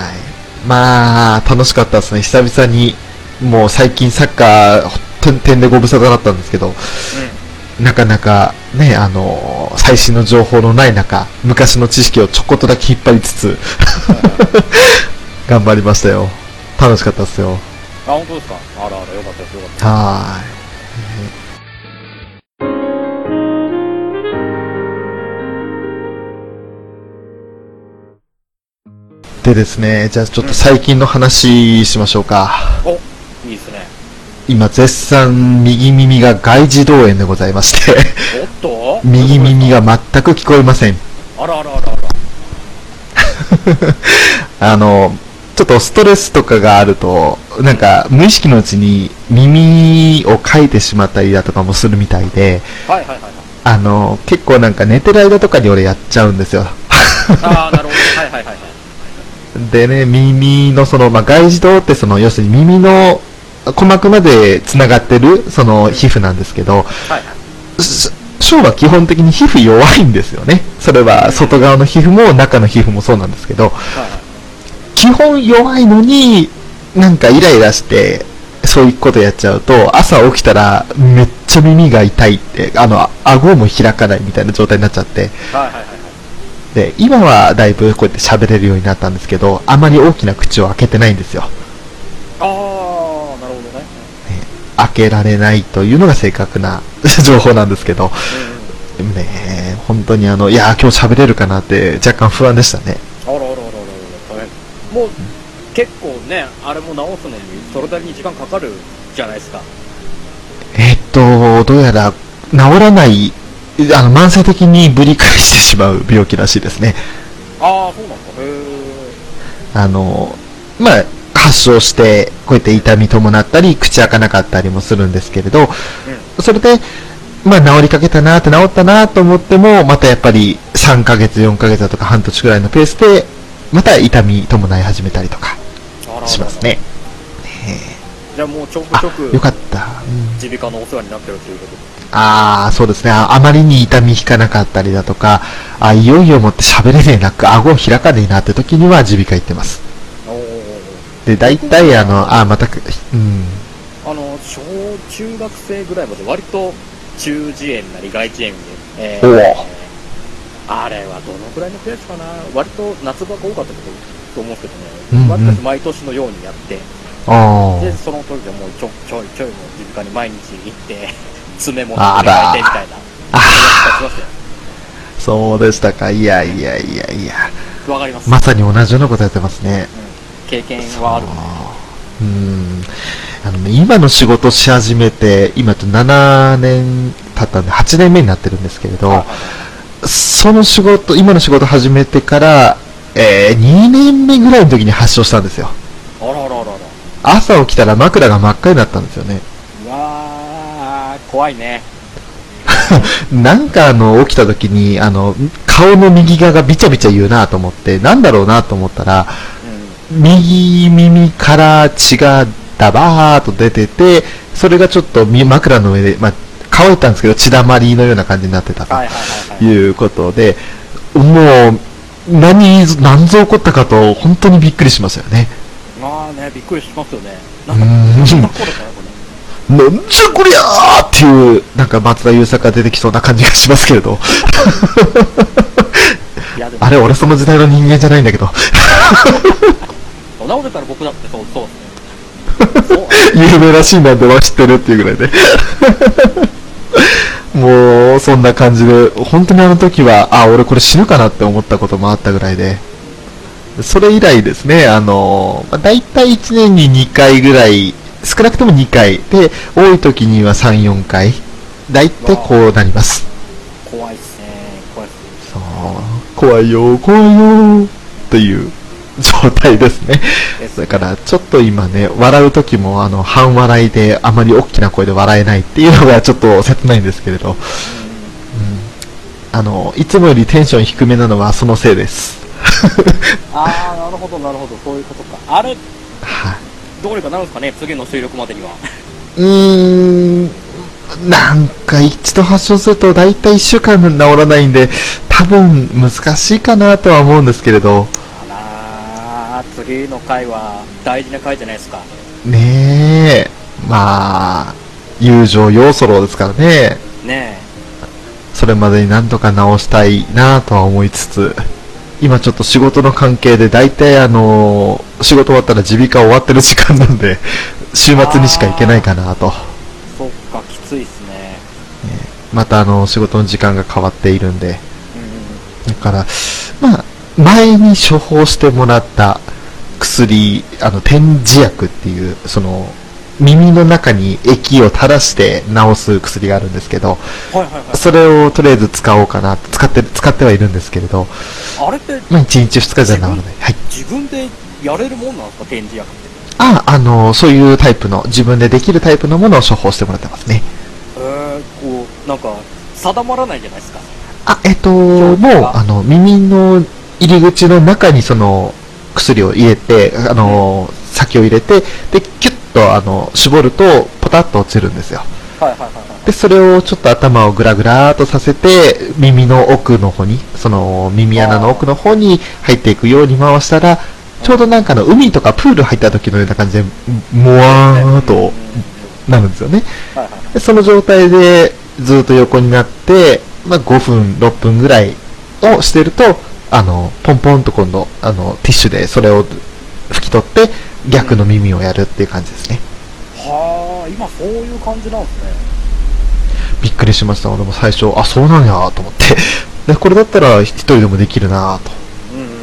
まあ、楽しかったですね。久々に、もう最近サッカー、点でご無沙汰だったんですけど、うん、なかなかね、あのー、最新の情報のない中、昔の知識をちょこっとだけ引っ張りつつ、頑張りましたよ。楽しかったですよ。 あ、本当ですか。あらあら、よかったです、よかったです。 はーい。でですね、じゃあちょっと最近の話しましょうか。 うん、お、いいですね。 今絶賛右耳が外耳道炎でございましておっと右耳が全く聞こえません。 あらあらあらあら。 あの、ちょっとストレスとかがあると、なんか無意識のうちに耳をかいてしまったりだとかもするみたいで、 はいはいはい、はい。 あの、結構なんか寝てる間とかに俺やっちゃうんですよ。 ああ、なるほど。はいはいはいはい。 でね、耳のその、まあ、外耳道ってその、要するに耳の鼓膜まで繋がってる、その皮膚なんですけど、はいはい。ショーは基本的に皮膚弱いんですよね。それは外側の皮膚も中の皮膚もそうなんですけど、はいはい、基本弱いのになんかイライラしてそういうことやっちゃうと朝起きたらめっちゃ耳が痛いって、あの顎も開かないみたいな状態になっちゃって、はいはいはいはい、で今はだいぶこうやって喋れるようになったんですけど、あまり大きな口を開けてないんですよ。 ああ、なるほどね。 開けられないというのが正確な情報なんですけど、うん、ね、本当にあの、いやー今日喋れるかなって若干不安でしたね。 あらあらあらあら、大変。もう、うん、結構ね、あれも直すのにそれなりに時間かかるじゃないですか。 えー、っと、どうやら治らない、あの慢性的にぶり返してしまう病気らしいですね。 ああ、そうなんだ。へー。あの、まあ、発症してこうやって痛み伴ったり口開かなかったりもするんですけれど、うん、それでまあ治りかけたなーって治ったなーと思ってもまたやっぱりさんかげつよんかげつだとか半年くらいのペースでまた痛み伴い始めたりとかしますね。 じゃあもうちょくちょくよかった、 耳鼻科のお世話になってるということで。 ああ、そうですね。あまりに痛み引かなかったりだとか、あいよいよもって喋れねえな、顎を開かねえなって時には耳鼻科行ってます。で、大体あの、あ、また、うん。 あの、小中学生ぐらいまで割と中耳炎なり外耳炎で、えー、あれはどのくらいのペースかな、割と夏場が多かったと思うんですけどね、うんうん、割と毎年のようにやって、 あで、その時でもうちょちょいちょいの耳鼻科に毎日行って、爪も磨いてみたいな。ああ、 そうでしたか。いやいやいやいや。 わかります。 まさに同じようなことやってますね。 うん経験はある。 うーん、あのね、今の仕事し始めて今とななねん経ったんではちねんめになってるんですけれど、はいはい、その仕事今の仕事始めてから、えー、にねんめぐらいの時に発症したんですよ。 あらあらあらあら。 朝起きたら枕が真っ赤になったんですよね。 うわー、怖いね。 なんかあの起きた時にあの顔の右側がビチャビチャ言うなと思ってなんだろうなと思ったら、右耳から血がダバーっと出てて、それがちょっと枕の上で、まあ、乾いたんですけど血だまりのような感じになってたということで、もう何、何ぞ起こったかと、本当にびっくりしますよね。 まあね、びっくりしますよね。 うなんか、 ん。 そんな頃かな、これ。 なんじゃこりゃーっていう、なんか松田優作が出てきそうな感じがしますけれど。 いやでもあれ、俺その時代の人間じゃないんだけど。 そんなこと言ったら僕だってそう、そうですね。そう。 有名らしいなんでは知ってるっていうぐらいで。もう、そんな感じで、本当にあの時は、あ、俺これ死ぬかなって思ったこともあったぐらいで。それ以来ですね、あの、だいたいいちねんににかいぐらい、少なくともにかい。で、多い時にはさん、よんかい。だいたいこうなります。 怖いっすね。怖いっすね。 そう。怖いよ、怖いよ、という状態ですね。 ですだから、ちょっと今ね、笑う時も、あの、半笑いで、あまり大きな声で笑えないっていうのがちょっと切ないんですけれど、うん。あの、いつもよりテンション低めなのはそのせいです。 あー、なるほど、なるほど、そういうことか。あれ、 はい。 どうにかなるんですかね、次の収録までには。 うーん、なんか一度発症すると大体いっしゅうかん治らないんで、多分難しいかなとは思うんですけれど、 あらー、次の回は大事な回じゃないですか。 ねえ、まあ、友情要素ロですからね、 ねそれまでになんとか治したいなとは思いつつ、今ちょっと仕事の関係で大体あの、仕事終わったら耳鼻科終わってる時間なんで、週末にしか行けないかなと。 え。そっか、きついっすね。 またあの、仕事の時間が変わっているんで、 うんうんだから、まあ、前に処方してもらった薬、あの、点耳薬っていう、その、耳の中に液を垂らして治す薬があるんですけど、 うん。はいはいはい。 それをとりあえず使おうかな、使って、使ってはいるんですけれど、 あれって、 まあ、いちにちふつかじゃ治らない。はい。 自分でやれるもんなんですか、展示薬って。 あ、あの、そういうタイプの、自分でできるタイプのものを処方してもらってますね。 えー、こう、なんか、定まらないじゃないですか。 あ、えっと、もう、あの、耳の入り口の中にその、薬を入れて、あの、先を入れて、で、キュッと、あの、絞ると、ポタッと落ちるんですよ。 はいはいはいはい。 で、それをちょっと頭をグラグラーっとさせて、耳の奥の方に、その、耳穴の奥の方に入っていくように回したら、ちょうどなんかの海とかプール入った時のような感じで、もわーっとなるんですよね。 はいはい。 でその状態でずっと横になって、まあ、ごふん、ろっぷんぐらいをしてると、あの、ポンポンと今度、あの、ティッシュでそれを拭き取って、逆の耳をやるっていう感じですね。 はあ、今そういう感じなんですね。 びっくりしました。俺も最初、あ、そうなんやと思って。で、これだったら一人でもできるなと。 うんうん。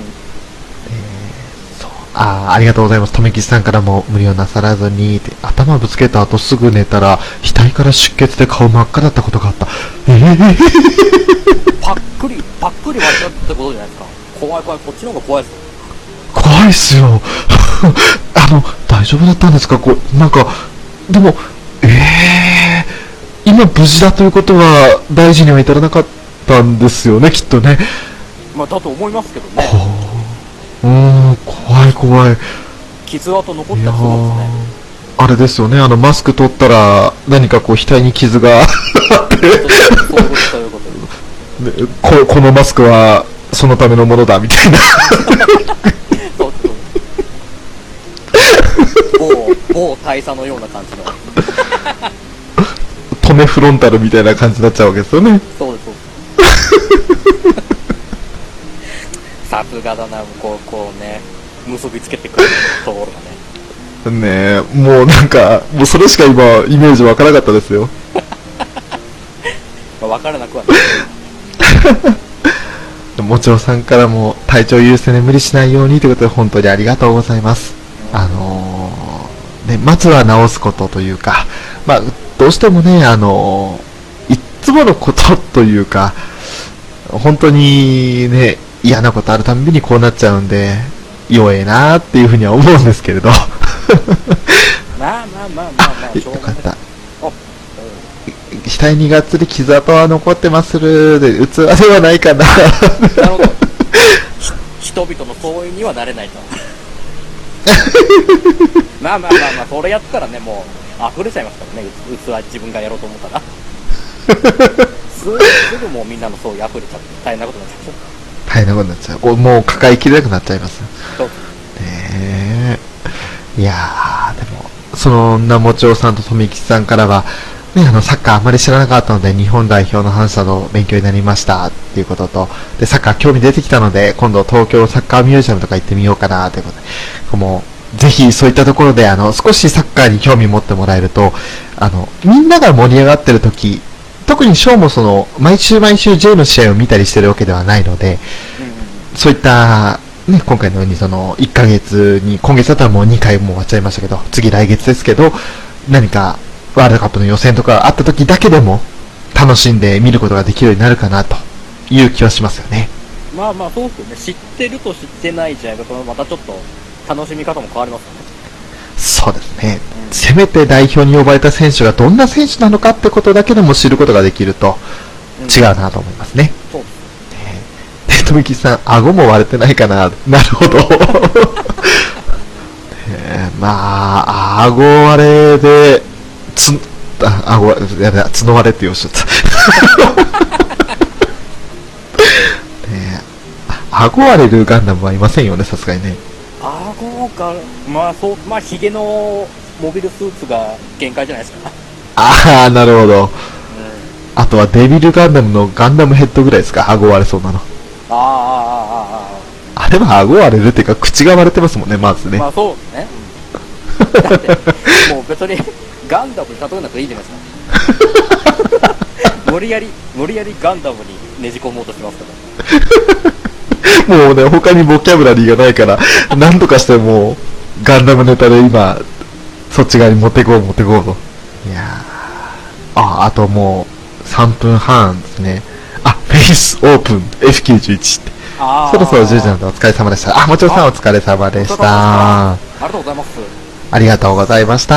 ああ、ありがとうございます。とめきちさんからも無理をなさらずにって、頭ぶつけた後すぐ寝たら、額から出血で顔真っ赤だったことがあった。ええー、 パックリ、パックリ割れたってことじゃないですか。怖い怖い、こっちの方が怖いですよ。 怖いっすよ。あの、大丈夫だったんですかこう、なんか、でも、ええー、今無事だということは大事には至らなかったんですよね、きっとね。 まあ、だと思いますけどね。 うーん、怖い怖い。 傷跡残っいやたりするんですね。 ーあれですよね、あの、マスク取ったら、何かこう、額に傷があって、 そういうことそういうことねこ、このマスクは、そのためのものだ、みたいな。 そうそう。某、某大佐のような感じの。 トメフロンタルみたいな感じになっちゃうわけですよね。 そうです、そうです。さすがだな、こう、こうね、結びつけてくるところがね。 ねえ、もうなんか、もうそれしか今、イメージわからなかったですよ。 まあ、分からなくはない。 もちろんさんからも、体調優先で無理しないようにということで、本当にありがとうございます。あのー、ね、まずは直すことというか、まあ、どうしてもね、あのー、いっつものことというか、本当にね、嫌なことあるたんびにこうなっちゃうんで、弱えなーっていうふうには思うんですけれど。 まあまあまあまあまあ、しょうがない。 よかった。 あ、 額にがっつり傷跡は残ってまするで、器ではないかな。 なるほど。人々の総意にはなれないと。まあまあまあまあ、それやったらね、もう、溢れちゃいますからね、器自分がやろうと思ったら。すぐ、すぐもうみんなの総意溢れちゃって大変なことになっちゃう。 大変なことになっちゃう。おもう抱えきれなくなっちゃいます。 そうねえ。いやー、でも、その、なもちおさんと富吉さんからは、ね、あの、サッカーあまり知らなかったので、日本代表の話など勉強になりましたっていうことと、で、サッカー興味出てきたので、今度東京サッカーミュージアムとか行ってみようかなということで、もう、ぜひそういったところで、あの、少しサッカーに興味持ってもらえると、あの、みんなが盛り上がってる時、特にショーもその、毎週毎週 J の試合を見たりしてるわけではないので、そういった、ね、今回のようにその、いっかげつに、今月だったらもうにかいもう終わっちゃいましたけど、次来月ですけど、何か、ワールドカップの予選とかあった時だけでも、楽しんで見ることができるようになるかな、という気はしますよね。 まあまあ、そうですよね。知ってると知ってないじゃが、またちょっと、楽しみ方も変わりますよね。 そうですね。 うん、 せめて代表に呼ばれた選手がどんな選手なのかってことだけでも知ることができると、違うなと思いますね。 うん、そうですね。で、富木さん、顎も割れてないかな。なるほど。えー、まあ、顎割れで、つ、あ、顎、やだ、角割れって言おっしゃった。ね、顎割れるガンダムはいませんよね、さすがにね。 顎が、まあそう、まあヒゲのモビルスーツが限界じゃないですか。 ああ、なるほど。 うん、 あとはデビルガンダムのガンダムヘッドぐらいですか、顎割れそうなの。 ああ、ああ、ああ、 あれは顎割れるっていうか、口が割れてますもんね、まずね。 まあそうね。だって、もう別にガンダムに例えなくていいじゃないですか。無理やり、無理やりガンダムにねじ込もうとしますから。 もうね、他にボキャブラリーがないから、なんとかしてもう、ガンダムネタで今、そっち側に持っていこう、持っていこうと。いやー。あ、あともう、さんぷんはんですね。あ、フェイスオープン エフきゅうじゅういち って。そろそろじゅうじなんでお疲れ様でした。あ、もちろんさんお疲れ様でした。 ありがとうございます。 ありがとうございました。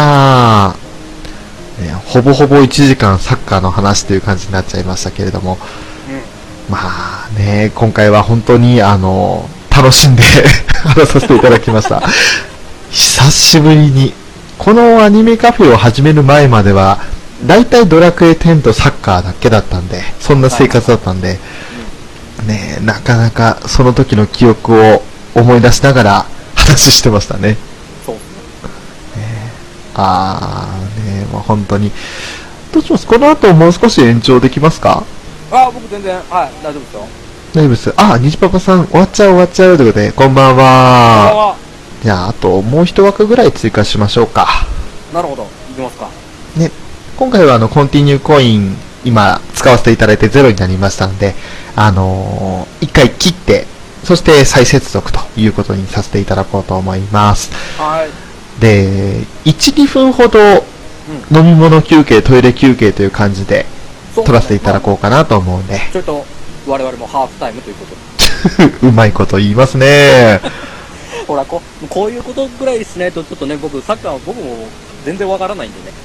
ね、ほぼほぼいちじかんサッカーの話という感じになっちゃいましたけれども、うん、まあね、今回は本当にあの楽しんで話させていただきました。久しぶりにこのアニメカフェを始める前まではだいたいドラクエテンとサッカーだけだったんで、そんな生活だったんで、ね、なかなかその時の記憶を思い出しながら話してましたね。 そうあーね、もう本当に。どうします？この後もう少し延長できますか？ あ、僕全然、はい、大丈夫ですよ。 大丈夫です。あ、にじパパさん、終わっちゃう終わっちゃうということで、こんばんは。こんばんは。じゃあ、あともう一枠ぐらい追加しましょうか。 なるほど、いきますか。 ね、今回はあの、コンティニューコイン、今、使わせていただいてゼロになりましたので、あのー、一回切って、そして再接続ということにさせていただこうと思います。 はい。 で、いち、にふんほど飲み物休憩、トイレ休憩という感じで取らせていただこうかなと思うんで。 ちょっと我々もハーフタイムということで。うまいこと言いますね。 ほらこ、こういうことぐらいしないとちょっとね、僕、サッカーは僕も全然わからないんでね。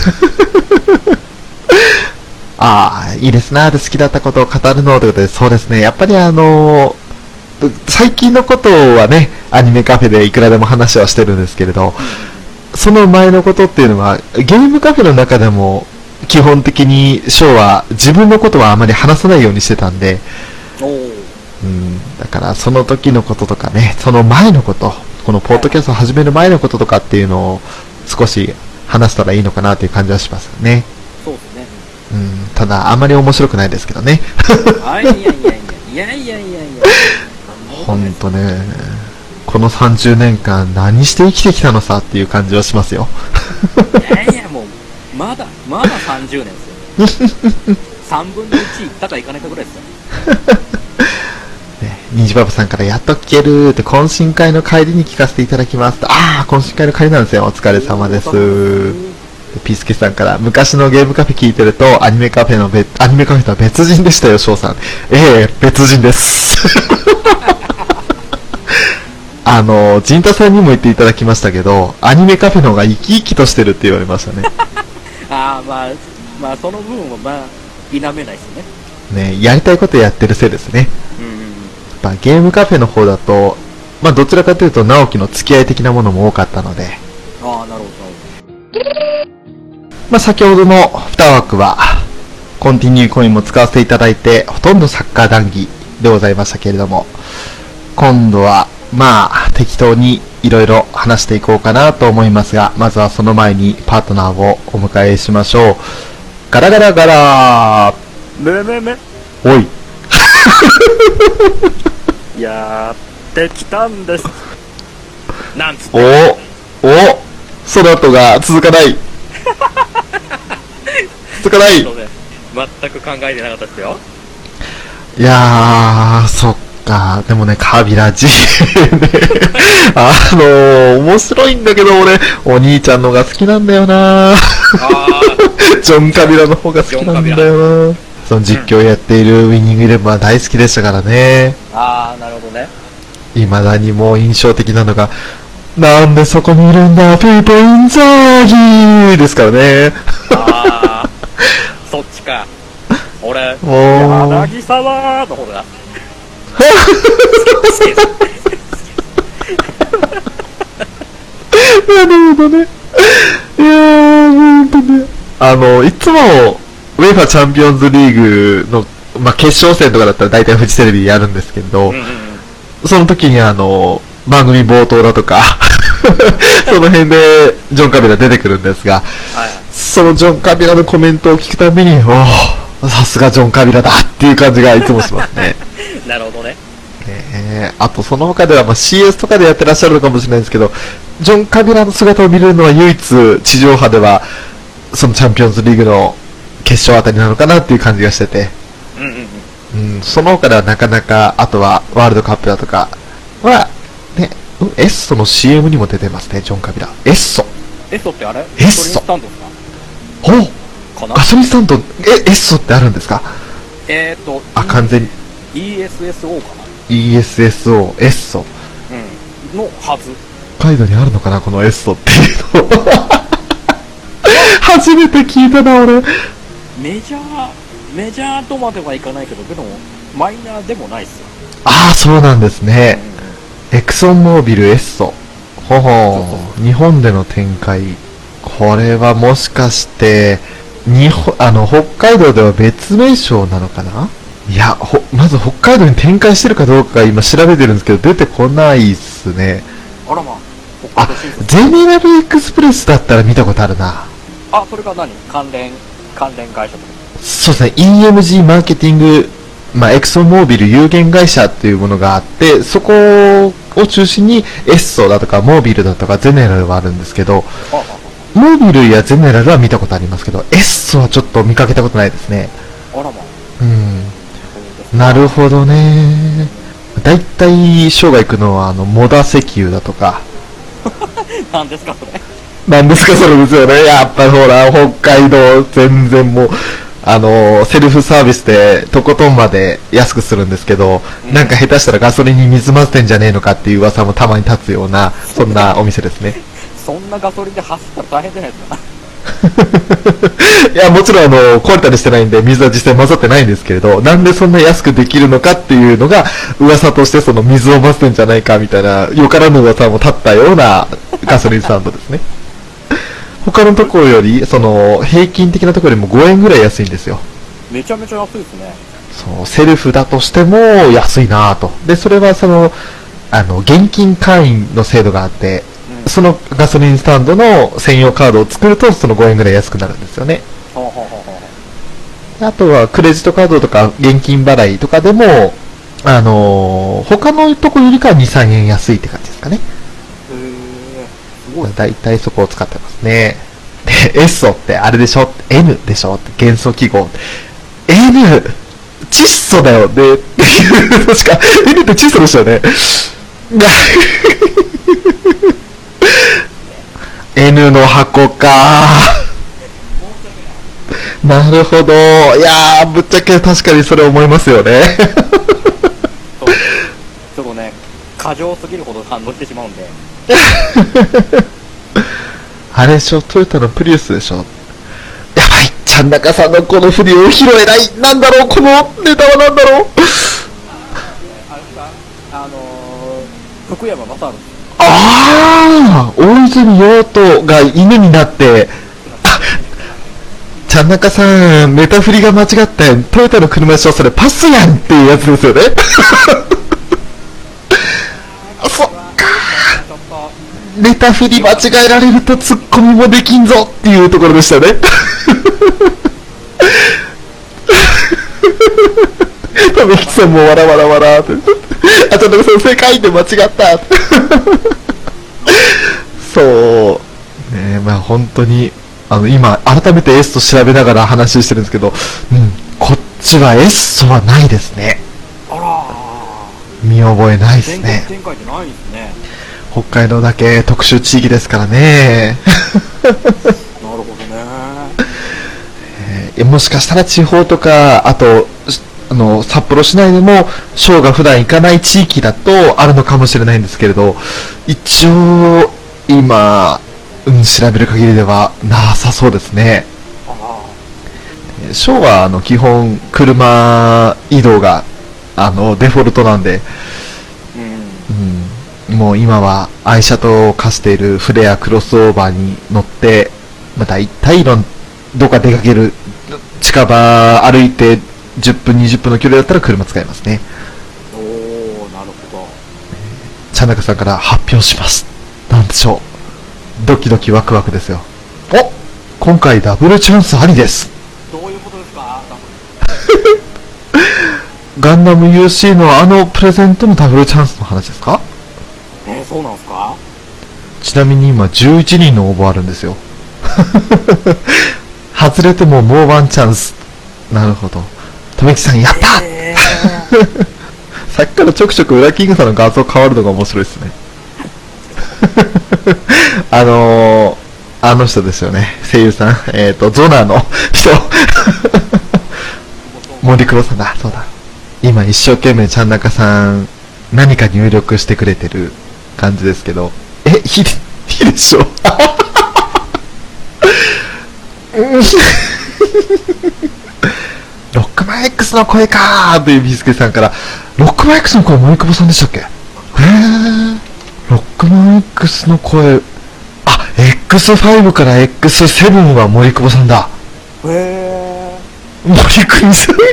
ああ、いいですな。で、好きだったことを語るのということで、そうですね。やっぱりあのー、最近のことはね、アニメカフェでいくらでも話はしてるんですけれど、その前のことっていうのは、ゲームカフェの中でも、基本的にショーは自分のことはあまり話さないようにしてたんで、うん、だからその時のこととかね、その前のこと、このポッドキャストを始める前のこととかっていうのを少し話したらいいのかなという感じはしますよね。 そうですね。 うん、ただあまり面白くないですけどね。 いやいやいやいやいやいやいやいや。 ほんとね、このさんじゅうねんかん何して生きてきたのさっていう感じはしますよ。 いやいやもう、まだ、まださんじゅうねんですよ。さんぶんのいちいったかいかないかぐらいですよ。 ね、にじパパさんからやっと聞けるって懇親会の帰りに聞かせていただきます。ああ、懇親会の帰りなんですよ。お疲れ様です。ピースケさんから昔のゲームカフェ聞いてるとアニメカフェの別アニメカフェとは別人でしたよ、翔さん。ええー、別人です。あの、陣太さんにも言っていただきましたけど、アニメカフェの方が生き生きとしてるって言われましたね。 ああ、まあ、まあ、その部分はまあ、否めないですね。 ね、やりたいことやってるせいですね。 うんうんうん。 やっぱゲームカフェの方だと、まあどちらかというと直樹の付き合い的なものも多かったので。 ああ、なるほど。 まあ先ほどのに枠は、コンティニューコインも使わせていただいて、ほとんどサッカー談義でございましたけれども、今度はまあ適当にいろいろ話していこうかなと思いますが、まずはその前にパートナーをお迎えしましょう。ガラガラガラめめめー。おい。 やってきたんです。 なんつって。 おおその後が続かない。続かない。 そうね、全く考えてなかったですよ。 いやー、そっか。でもね、カビラ G ね。あのー、面白いんだけど、俺、お兄ちゃんのが好きなんだよな。 あジョン・カビラの方が好きなんだよな。その実況やっているウィニングイレブンは大好きでしたからね。 あー、なるほどね。 未だにもう印象的なのが、なんでそこにいるんだ、ピーポインザーギーですからね。 あー、そっちか。俺、 もう。 柳沢の方だ。 なるほどね。いやー、ほんとね。あの、いつも、ウェイファチャンピオンズリーグの、まあ、決勝戦とかだったら大体フジテレビでやるんですけど、 うんうんうん、 その時にあの、番組冒頭だとか、その辺でジョン・カビラ出てくるんですが、 はい、 そのジョン・カビラのコメントを聞くたびに、おー、さすがジョン・カビラだっていう感じがいつもしますね。 なるほどね。 えー、あとその他では、まあ、シーエス とかでやってらっしゃるのかもしれないですけど、ジョン・カビラの姿を見れるのは唯一地上波ではそのチャンピオンズリーグの決勝あたりなのかなっていう感じがしてて、 うんうんうん、その他ではなかなか、あとはワールドカップだとかはね、うん、エッソの シーエム にも出てますね、ジョン・カビラ。エッソエッソってあれエッソストリームスタンドですかほうかな。 ガソリンスタンド、え、エッソってあるんですか？ えーっと、 あ、完全にイーエスエスオー かな。 イーエスエスオー、エッソ。 うん。のはず。 北海道にあるのかな、このエッソっていうの。初めて聞いたな、俺。 メジャー、メジャーとまではいかないけど、でも、マイナーでもないっすよ。 ああ、そうなんですね。エクソンモービルエッソ。ほほー。日本での展開。これはもしかして、日本、あの、北海道では別名称なのかな？いや、ほ、まず北海道に展開してるかどうかが今調べてるんですけど、出てこないっすね。 あらまあ、北あ海道新、 ゼネラルエクスプレスだったら見たことあるな。 あ、それが何関連、関連会社とか。 そうですね、イーエムジー マーケティング、まあ、エクソンモービル有限会社っていうものがあって、そこを中心にエッソだとかモービルだとかゼネラルはあるんですけど、 ああ、 モービルやゼネラルは見たことありますけど、エッソはちょっと見かけたことないですね。 あらまあ。 うん。なるほどね。だいたい生涯行くのは、あの、モダ石油だとか。 何ですか、それ。 なんですか、それですよね。やっぱりほら、北海道、全然もう、あの、セルフサービスで、とことんまで安くするんですけど、うん、なんか下手したらガソリンに水混ぜてんじゃねえのかっていう噂もたまに立つような、そんなお店ですね。 そんなガソリンで走ったら大変じゃないですか。 いや、もちろんあの、壊れたりしてないんで、水は実際混ざってないんですけれど、なんでそんな安くできるのかっていうのが、噂としてその水を混ぜてんじゃないかみたいな、よからぬ噂も立ったようなガソリンスタンドですね。他のところより、その、平均的なところよりもごえんぐらい安いんですよ。 めちゃめちゃ安いですね。 そう、セルフだとしても安いなぁと。で、それはその、あの、現金会員の制度があって、うん、そのガソリンスタンドの専用カードを作ると、そのごえんぐらい安くなるんですよね。 ほうほうほうほう。 あとは、クレジットカードとか現金払いとかでも、あのー、他のところよりかはに、さんえん安いって感じですかね。だいたいそこを使ってますね。で、エッソってあれでしょ ?N でしょって元素記号。N! 窒素だよねっていう、確か、N って窒素でしたよね。N の箱かなるほど。いやー、ぶっちゃけ確かにそれ思いますよね。 そうちょっとね、過剰すぎるほど感動してしまうんで。 あれでしょ、トヨタのプリウスでしょ。やばい、ちゃん中さんのこの振りを拾えない。なんだろう、このネタはなんだろう。 あれか、あのー、福山雅治。あああ、大泉洋斗が犬になって、 ちゃんなかさん、メタ振りが間違って、トヨタの車でしょ、それパスやんっていうやつですよね。そっかー。メタ振り間違えられるとツッコミもできんぞっていうところでしたね。ためきさんもわらわらわらって。あ、ちゃんなかさん正解で間違った。そう。ねえ、まあ本当に。あの今改めてエスト調べながら話してるんですけど、うん、こっちはエストはないですね。 あらー、見覚えないですね。 全国展開ってないですね。 北海道だけ特殊地域ですからね。 なるほどね。 えー、もしかしたら地方とか、あとあの札幌市内でもショーが普段行かない地域だとあるのかもしれないんですけれど、一応今うん、調べる限りではなさそうですね。ショーはあの基本車移動があのデフォルトなんで、うんうん、もう今は愛車と化しているフレアクロスオーバーに乗って、まあ、大体どっか出かける近場歩いてじゅっぷんにじゅっぷんの距離だったら車使いますね。 おー、なるほど。 ちゃんなかさんから発表します。なんでしょう。ドキドキワクワクですよ。お、今回ダブルチャンスありです。 どういうことですか？ ガンダム ユーシー のあのプレゼントのダブルチャンスの話ですか？ えー、そうなんですか？ ちなみに今じゅういちにんの応募あるんですよ。外れてももうワンチャンス。なるほど。とめきさんやった、えー、さっきからちょくちょくウラキングさんの画像変わるのが面白いですね。あのー、あの人ですよね、声優さん、えっ、ー、とゾナの人。森黒さんだ。そうだ、今一生懸命ちゃんなかさん何か入力してくれてる感じですけど、え、ひで、ひでしょ。ロックマン X の声かーというビスケさんから、ロックマン X の声森久保さんでしたっけ？へー、ロックマン X の声、あ、エックスファイブ から エックスセブン は森久保さんだ。 へー、 森久保さん。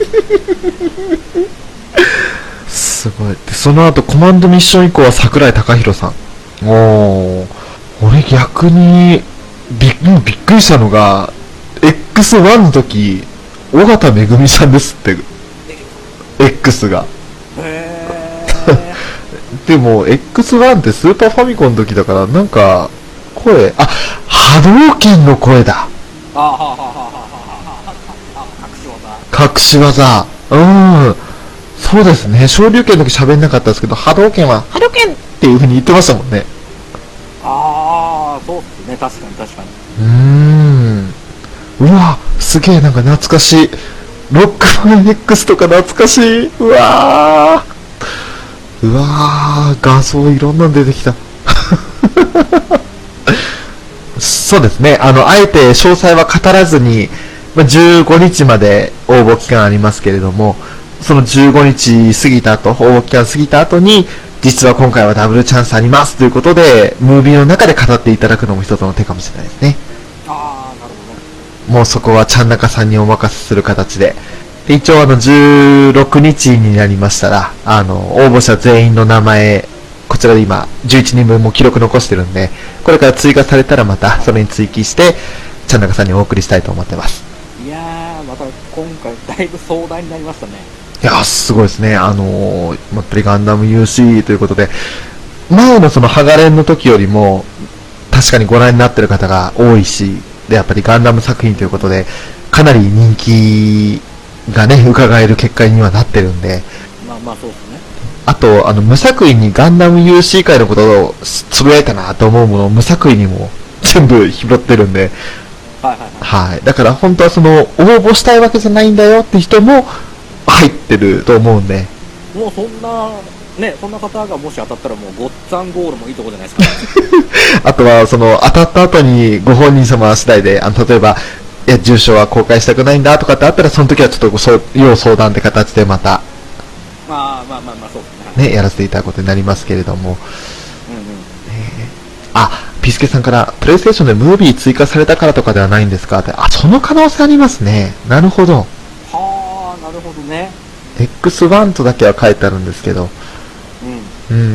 すごい。で、その後コマンドミッション以降は桜井貴弘さん。おー、俺逆にびっ、びっくりしたのが エックスワン の時尾形めぐみさんですって、 X が。 へー。でも エックスワン ってスーパーファミコンの時だから、なんか声、あ、波動拳の声だ。 あはははははは、 隠し技。うん、そうですね。昇竜拳の時喋んなかったですけど、波動拳は波動拳っていう風に言ってましたもんね。 ああ、そうっすね。確かに確かに。 うーん、うわ、すげえ、なんか懐かしい。ロックマン X とか懐かしい。うわー、うわー、画像いろんなの出てきた。そうですね。あの、あえて詳細は語らずに、まあ、じゅうごにちまで応募期間ありますけれども、そのじゅうごにち過ぎた後、応募期間過ぎた後に、実は今回はダブルチャンスありますということで、ムービーの中で語っていただくのも一つの手かもしれないですね。 ああ、なるほど。 もうそこはちゃんなかさんにお任せする形で。で、一応あのじゅうろくにちになりましたら、あの、応募者全員の名前、こちらで今じゅういちにんぶんも記録残してるんで、これから追加されたらまたそれに追記して、ちゃんなかさんにお送りしたいと思ってます。 いやー、また今回だいぶ壮大になりましたね。 いやー、すごいですね。あのー、やっぱりガンダム ユーシー ということで、前のそのハガレンの時よりも、確かにご覧になってる方が多いし、で、やっぱりガンダム作品ということで、かなり人気がね、伺える結果にはなってるんで。 まあまあそうですね。 あと、あの、無作為にガンダム ユーシー 界のことをつぶやいたなと思うものを無作為にも全部拾ってるんで、 はいはいはい。 はい。だから本当はその、応募したいわけじゃないんだよって人も入ってると思うんで。 もうそんな、ね、そんな方がもし当たったらもうごっつぁんゴールもいいとこじゃないですか。 あとは、その、当たった後にご本人様次第で、あの、例えば、いや、住所は公開したくないんだとかってあったら、その時はちょっとそう、要相談って形でまた、 まあまあまあまあ、そうですね。 ね、やらせていただくことになりますけれども。 うんうん。 えー、あ、 ピスケさんから、プレイステーションでムービー追加されたからとかではないんですかって、あ、その可能性ありますね。なるほど。 はあ、なるほどね。 エックスワン とだけは書いてあるんですけど。 うん。 うんうんうん。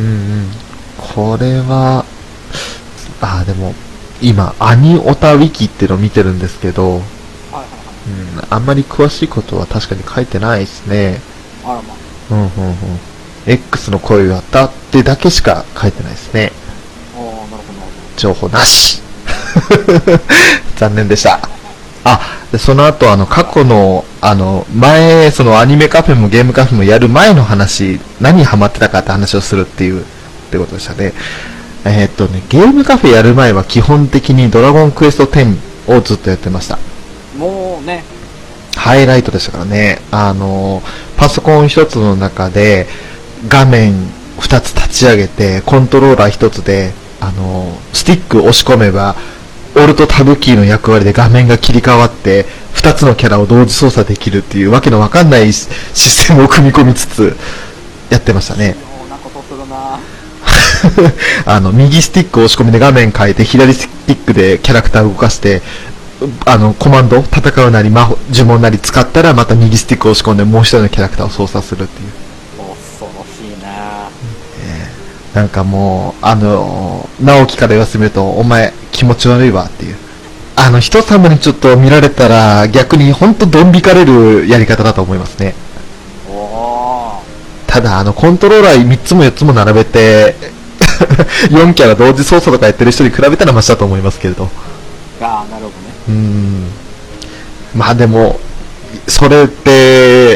これは、あ、でも、今、アニオタウィキっていうのを見てるんですけど、 はいはいはい。 うん、あんまり詳しいことは確かに書いてないですね。 あらま。 うんうんうん。X の声があったってだけしか書いてないですね。 ああ、なるほどなるほ情報なし。残念でした。あ、でその後、あの、過去の、あの、前、そのアニメカフェもゲームカフェもやる前の話、何にハマってたかって話をするっていう、ってことでしたね。えーっとね、ゲームカフェやる前は基本的にドラゴンクエストテンをずっとやってました。 ど。もうね。 ハイライトでしたからね。あの、パソコン一つの中で、画面二つ立ち上げて、コントローラー一つで、あの、スティック押し込めば、オルトタブキーの役割で画面が切り替わって、二つのキャラを同時操作できるっていうわけのわかんないシステムを組み込みつつ、やってましたね。 そうなことするな。 あの、右スティック押し込みで画面変えて、左スティックでキャラクターを動かして、あの、コマンド、戦うなり、魔法、呪文なり使ったら、また右スティックを押し込んで、もう一人のキャラクターを操作するっていう。 恐ろしいな。 なんかもう、あの、直樹から言わせてみると、お前、気持ち悪いわっていう。あの、人様にちょっと見られたら、逆にほんとドン引かれるやり方だと思いますね。 おー。 ただ、あの、コントローラーみっつもよっつも並べて、よんキャラ同時操作とかやってる人に比べたらマシだと思いますけれど。 ああ、なるほどね。 うーん。まあでも、それって、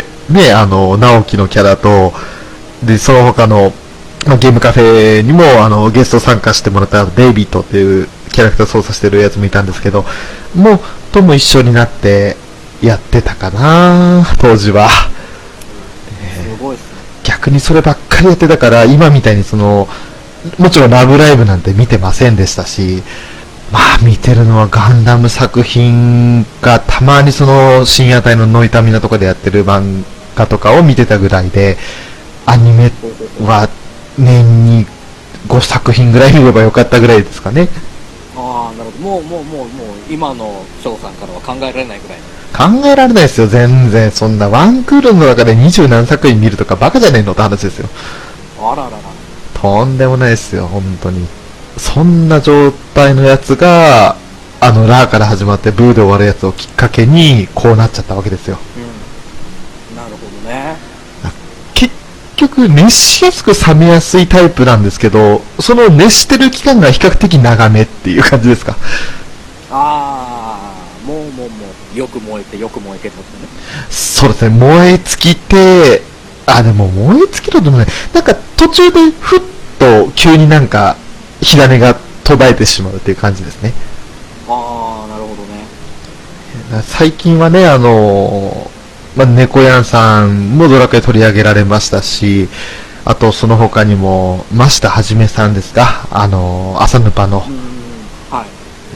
ね、あの、直樹のキャラと、で、その他の、まあ、ゲームカフェにも、あの、ゲスト参加してもらったデイビッドっていうキャラクター操作してるやつもいたんですけど、もう、とも一緒になってやってたかな、当時は。 すごいっすね。 逆にそればっかりやってたから、今みたいにその、もちろんラブライブなんて見てませんでしたし、まあ見てるのはガンダム作品がたまにその深夜帯のノイタミナとかでやってる漫画とかを見てたぐらいで、アニメは年にごさく品ぐらい見ればよかったぐらいですかね。 ああ、なるほど。もう、もう、もう、もう、今の翔さんからは考えられないぐらいの。 考えられないですよ、全然。そんなワンクールの中で二十何作品見るとかバカじゃねえのって話ですよ。 あららら。 とんでもないですよ、本当に。そんな状態のやつが、あの、ラーから始まってブーで終わるやつをきっかけに、こうなっちゃったわけですよ。 うん。なるほどね。 結局、熱しやすく冷めやすいタイプなんですけど、その熱してる期間が比較的長めっていう感じですか。 ああ、もう、もう、もう、よく燃えて、よく燃えてることね。 そうですね、燃え尽きて、あ、でも燃え尽きるともね、なんか途中でふっと急になんか、火種が途絶えてしまうっていう感じですね。 ああ、なるほどね。 最近はね、あの、まあ、猫やんさんもドラクエ取り上げられましたし、あとその他にも、増田はじめさんですか、あの、朝ヌパの、 うん。はい。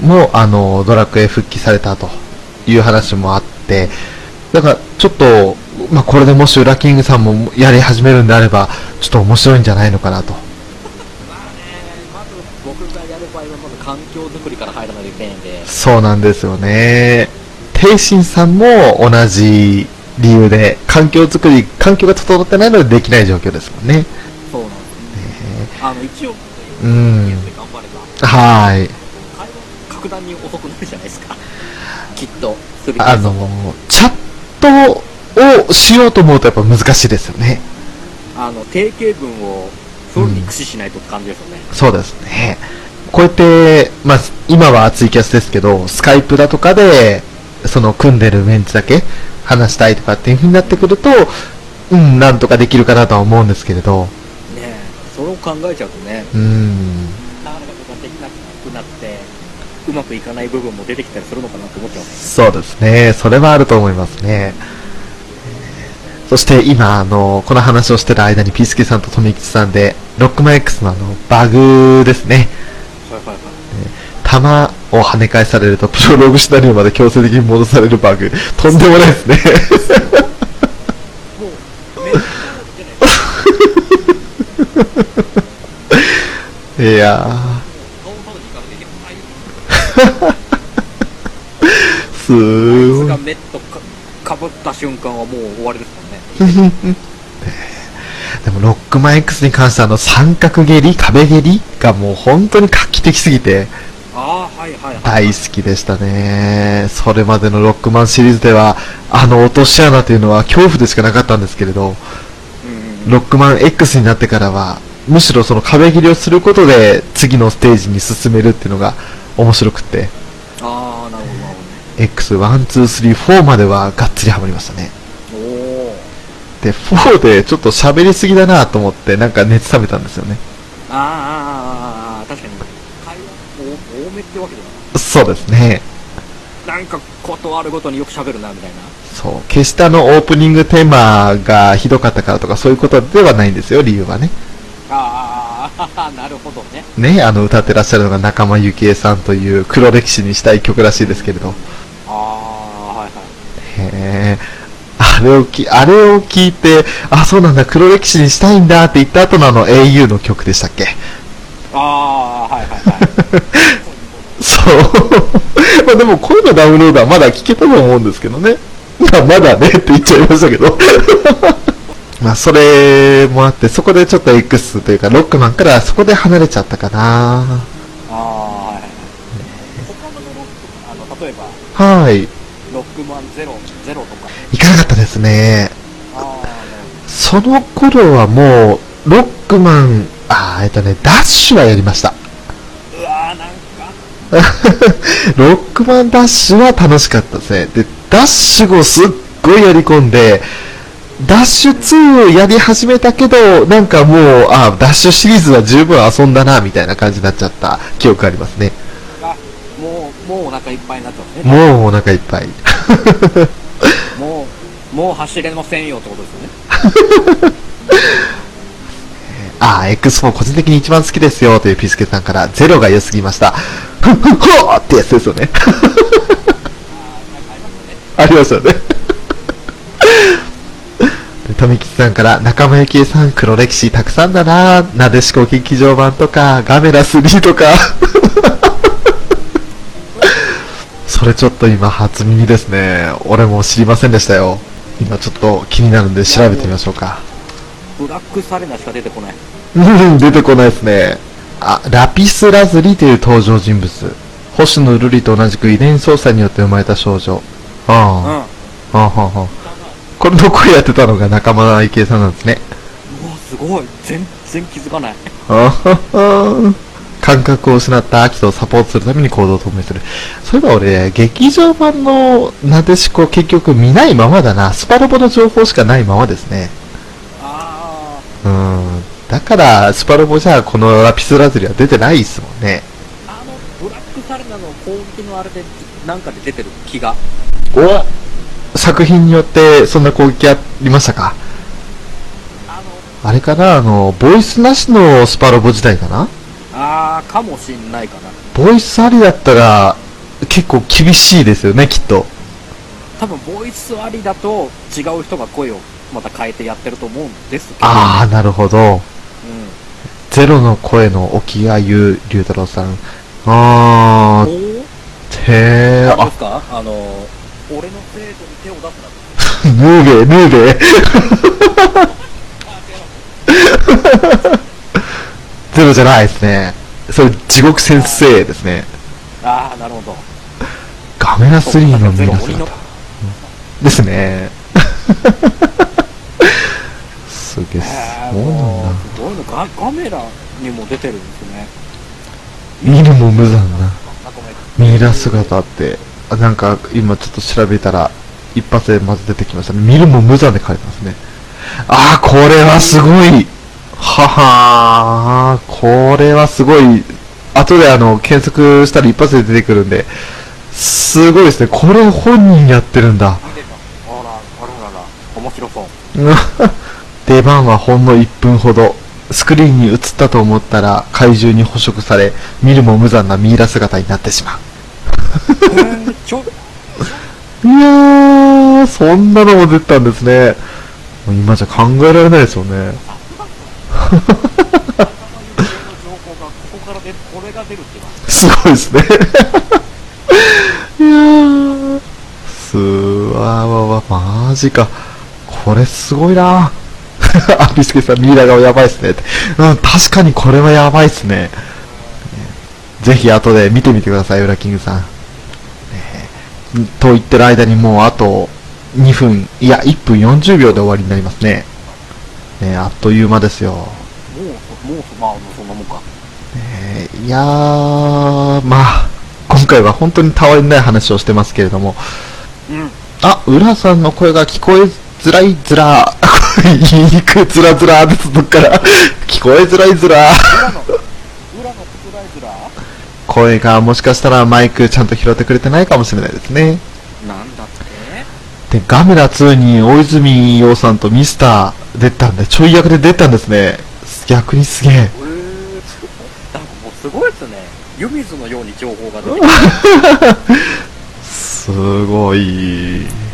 も、あの、ドラクエ復帰されたという話もあって、だからちょっと、まあ、これでもしウラキングさんもやり始めるんであれば、ちょっと面白いんじゃないのかなと。 まあね、まず僕がやる場合はまず環境づくりから入らないといけないんで。 そうなんですよね。天心さんも同じ理由で、環境づくり、環境が整ってないのでできない状況ですもんね。 そうなんですね。あの、一応、 うん。 頑張れば、 はい。 会話格段に遅くなるじゃないですか。きっと。 あの、チャットをしようと思うとやっぱ難しいですよね。 あの、定型文をフルに駆使しないとって感じですよね。 うん、そうですね。こうやって、まあ、今はツイキャスですけど、スカイプだとかで、その組んでるメンツだけ話したいとかっていう風になってくると、うん、なんとかできるかなとは思うんですけれど。 ねえ、それを考えちゃうとね、 うん。 なかなかできなくなって、うまくいかない部分も出てきたりするのかなと思っちゃうね。 そうですね。それはあると思いますね。そして今、あの、この話をしてる間にピースケさんと富吉さんで、ロックマン X のあの、バグですね。 はいはいはい。 弾を跳ね返されるとプロローグシナリオまで強制的に戻されるバグ。とんでもないですね。 もう、めっちゃ出ない。 いやー。 顔を取る時間できる。 すーごい。 がメットかかぶった瞬間はもう終わりですもんね。 でもロックマン X に関してはあの三角蹴り、壁蹴りがもう本当に画期的すぎてああ、はいはいはい。 大好きでしたね。それまでのロックマンシリーズではあの落とし穴というのは恐怖でしかなかったんですけれど、 うんうんうん、 ロックマン X になってからはむしろその壁蹴りをすることで次のステージに進めるっていうのが面白くて、 ああ、なるほどなるほどね。 エックスワン、ツー、スリー、フォーまではがっつりハマりましたね。 おお。 で、フォーでちょっと喋りすぎだなと思ってなんか熱冷めたんですよね。 あーあーあーあー、確かに会話お多めってわけじゃない。 そうですね。 なんかことあるごとによく喋るなみたいな。 そう。決してあのオープニングテーマがひどかったからとかそういうことではないんですよ、理由はね。 ああ、なるほどね。 ね、あの歌ってらっしゃるのが仲間由紀恵さんという黒歴史にしたい曲らしいですけれど。 ああ、はいはい。 へー。あれをき、あれを聞いて、あ、そうなんだ、黒歴史にしたいんだって言った後のあの エーユー の曲でしたっけ？ ああ、はいはいはい。 そう。まあでも声のダウンロードはまだ聞けたと思うんですけどね。まあまだねって言っちゃいましたけど。まあそれもあって、そこでちょっと X というかロックマンからそこで離れちゃったかな。 ああ、はいはい。他のロック、あの、例えば、 はい。 ロックマンゼロ、ゼロとか。 いかなかったですね。 ああ、なるほど。 その頃はもう、ロックマン、あー、えっとね、ダッシュはやりました。 うわー、なんか。 ロックマンダッシュは楽しかったですね。で、ダッシュをすっごいやり込んで、ダッシュツーをやり始めたけど、なんかもう、あ、ダッシュシリーズは十分遊んだな、みたいな感じになっちゃった記憶ありますね。 あ、もう、もうお腹いっぱいになってますね。 もうお腹いっぱい。 もう、もう走れませんよってことですよね。 あー、エックスフォー 個人的に一番好きですよというピスケさんからゼロが良すぎました。ふんふんほーってやつですよね。ありましたね。富吉さんから仲間由紀恵さん黒歴史たくさんだな、なでしこ劇場版とかガメラスリーとか。それちょっと今初耳ですね。俺も知りませんでしたよ。今ちょっと気になるんで調べてみましょうか。 ブラックサレナしか出てこない。 うん、出てこないですね。あ、ラピスラズリという登場人物。星野瑠璃と同じく遺伝操作によって生まれた少女。ああ、 うん。 ああ、はあ、はあ。これの声やってたのが仲間由紀恵さんなんですね。 うわ、すごい。全然気づかない。 あはは。感覚を失ったアキトをサポートするために行動を透明する。そういえば俺、劇場版のなでしこ結局見ないままだな。スパロボの情報しかないままですね。 あうん。だから、スパロボじゃこのラピスラズリは出てないっすもんね。 あ、あの、ブラックサレナの攻撃のあれで、なんかで出てる気が。 お作品によってそんな攻撃ありましたか？ ああれかな、あの、ボイスなしのスパロボ時代かな？ の、あー、かもしんないかな。 ボイスありだったら結構厳しいですよね、きっと。 多分、ボイスありだと違う人が声をまた変えてやってると思うんですけど。 あー、なるほど。 うん。 ゼロの声の沖谷優龍太郎さん。あー、 おーへー、ああれです、かあの、俺の生徒に手を出すな。 ヌーベー、ヌーベー。ゼロじゃないですね。それ、地獄先生ですね。 あー、なるほど。 ガメラスリーの皆ゼロ鬼の姿。ですね。すげえ、 えー、 そうなんもうだ。 すごいのガ、ガメラにも出てるんですね。 見るも無残な。 なんかミイラ姿って、あ、なんか今ちょっと調べたら、一発でまず出てきましたね。見るも無残で書いてますね。あー、これはすごい。ははー、これはすごい。後であの、検索したら一発で出てくるんで、すごいですね。これ本人やってるんだ。 あら、あららら、面白そう。 出番はほんのいっぷんほど。スクリーンに映ったと思ったら怪獣に捕食され、見るも無残なミイラ姿になってしまう。 えー、ちょ、 いやー、そんなのも出てたんですね。もう今じゃ考えられないですよね。 情報がここから出る、これが出るっていうのは。 すごいですね。 ー。すわわわ、マジか。これすごいな。あ、ビスケさん、ミイラ顔やばいっすねって。うん、確かにこれはやばいっすね。ぜひ後で見てみてください、ウラキングさん。ね、と言ってる間にもうあとにふん、いや、いっぷんよんじゅうびょうで終わりになりますね。ね、あっという間ですよ。 もう、もう、まあ、そんなもんか。 ね、いやー、まあ、今回は本当にたわいない話をしてますけれども。 うん。 あ、浦さんの声が聞こえづらいずらー。言いにくいずらずらーです、どっから。聞こえづらいずらー。 裏の、裏のつらいずら声がもしかしたらマイクちゃんと拾ってくれてないかもしれないですね。 なんだってで、ガメラツーに大泉洋さんとミスター出たんで、ちょい役で出たんですね。逆にすげえ。 えー、なんかもうすごいっすね。湯水のように情報が出てきて。 すごい。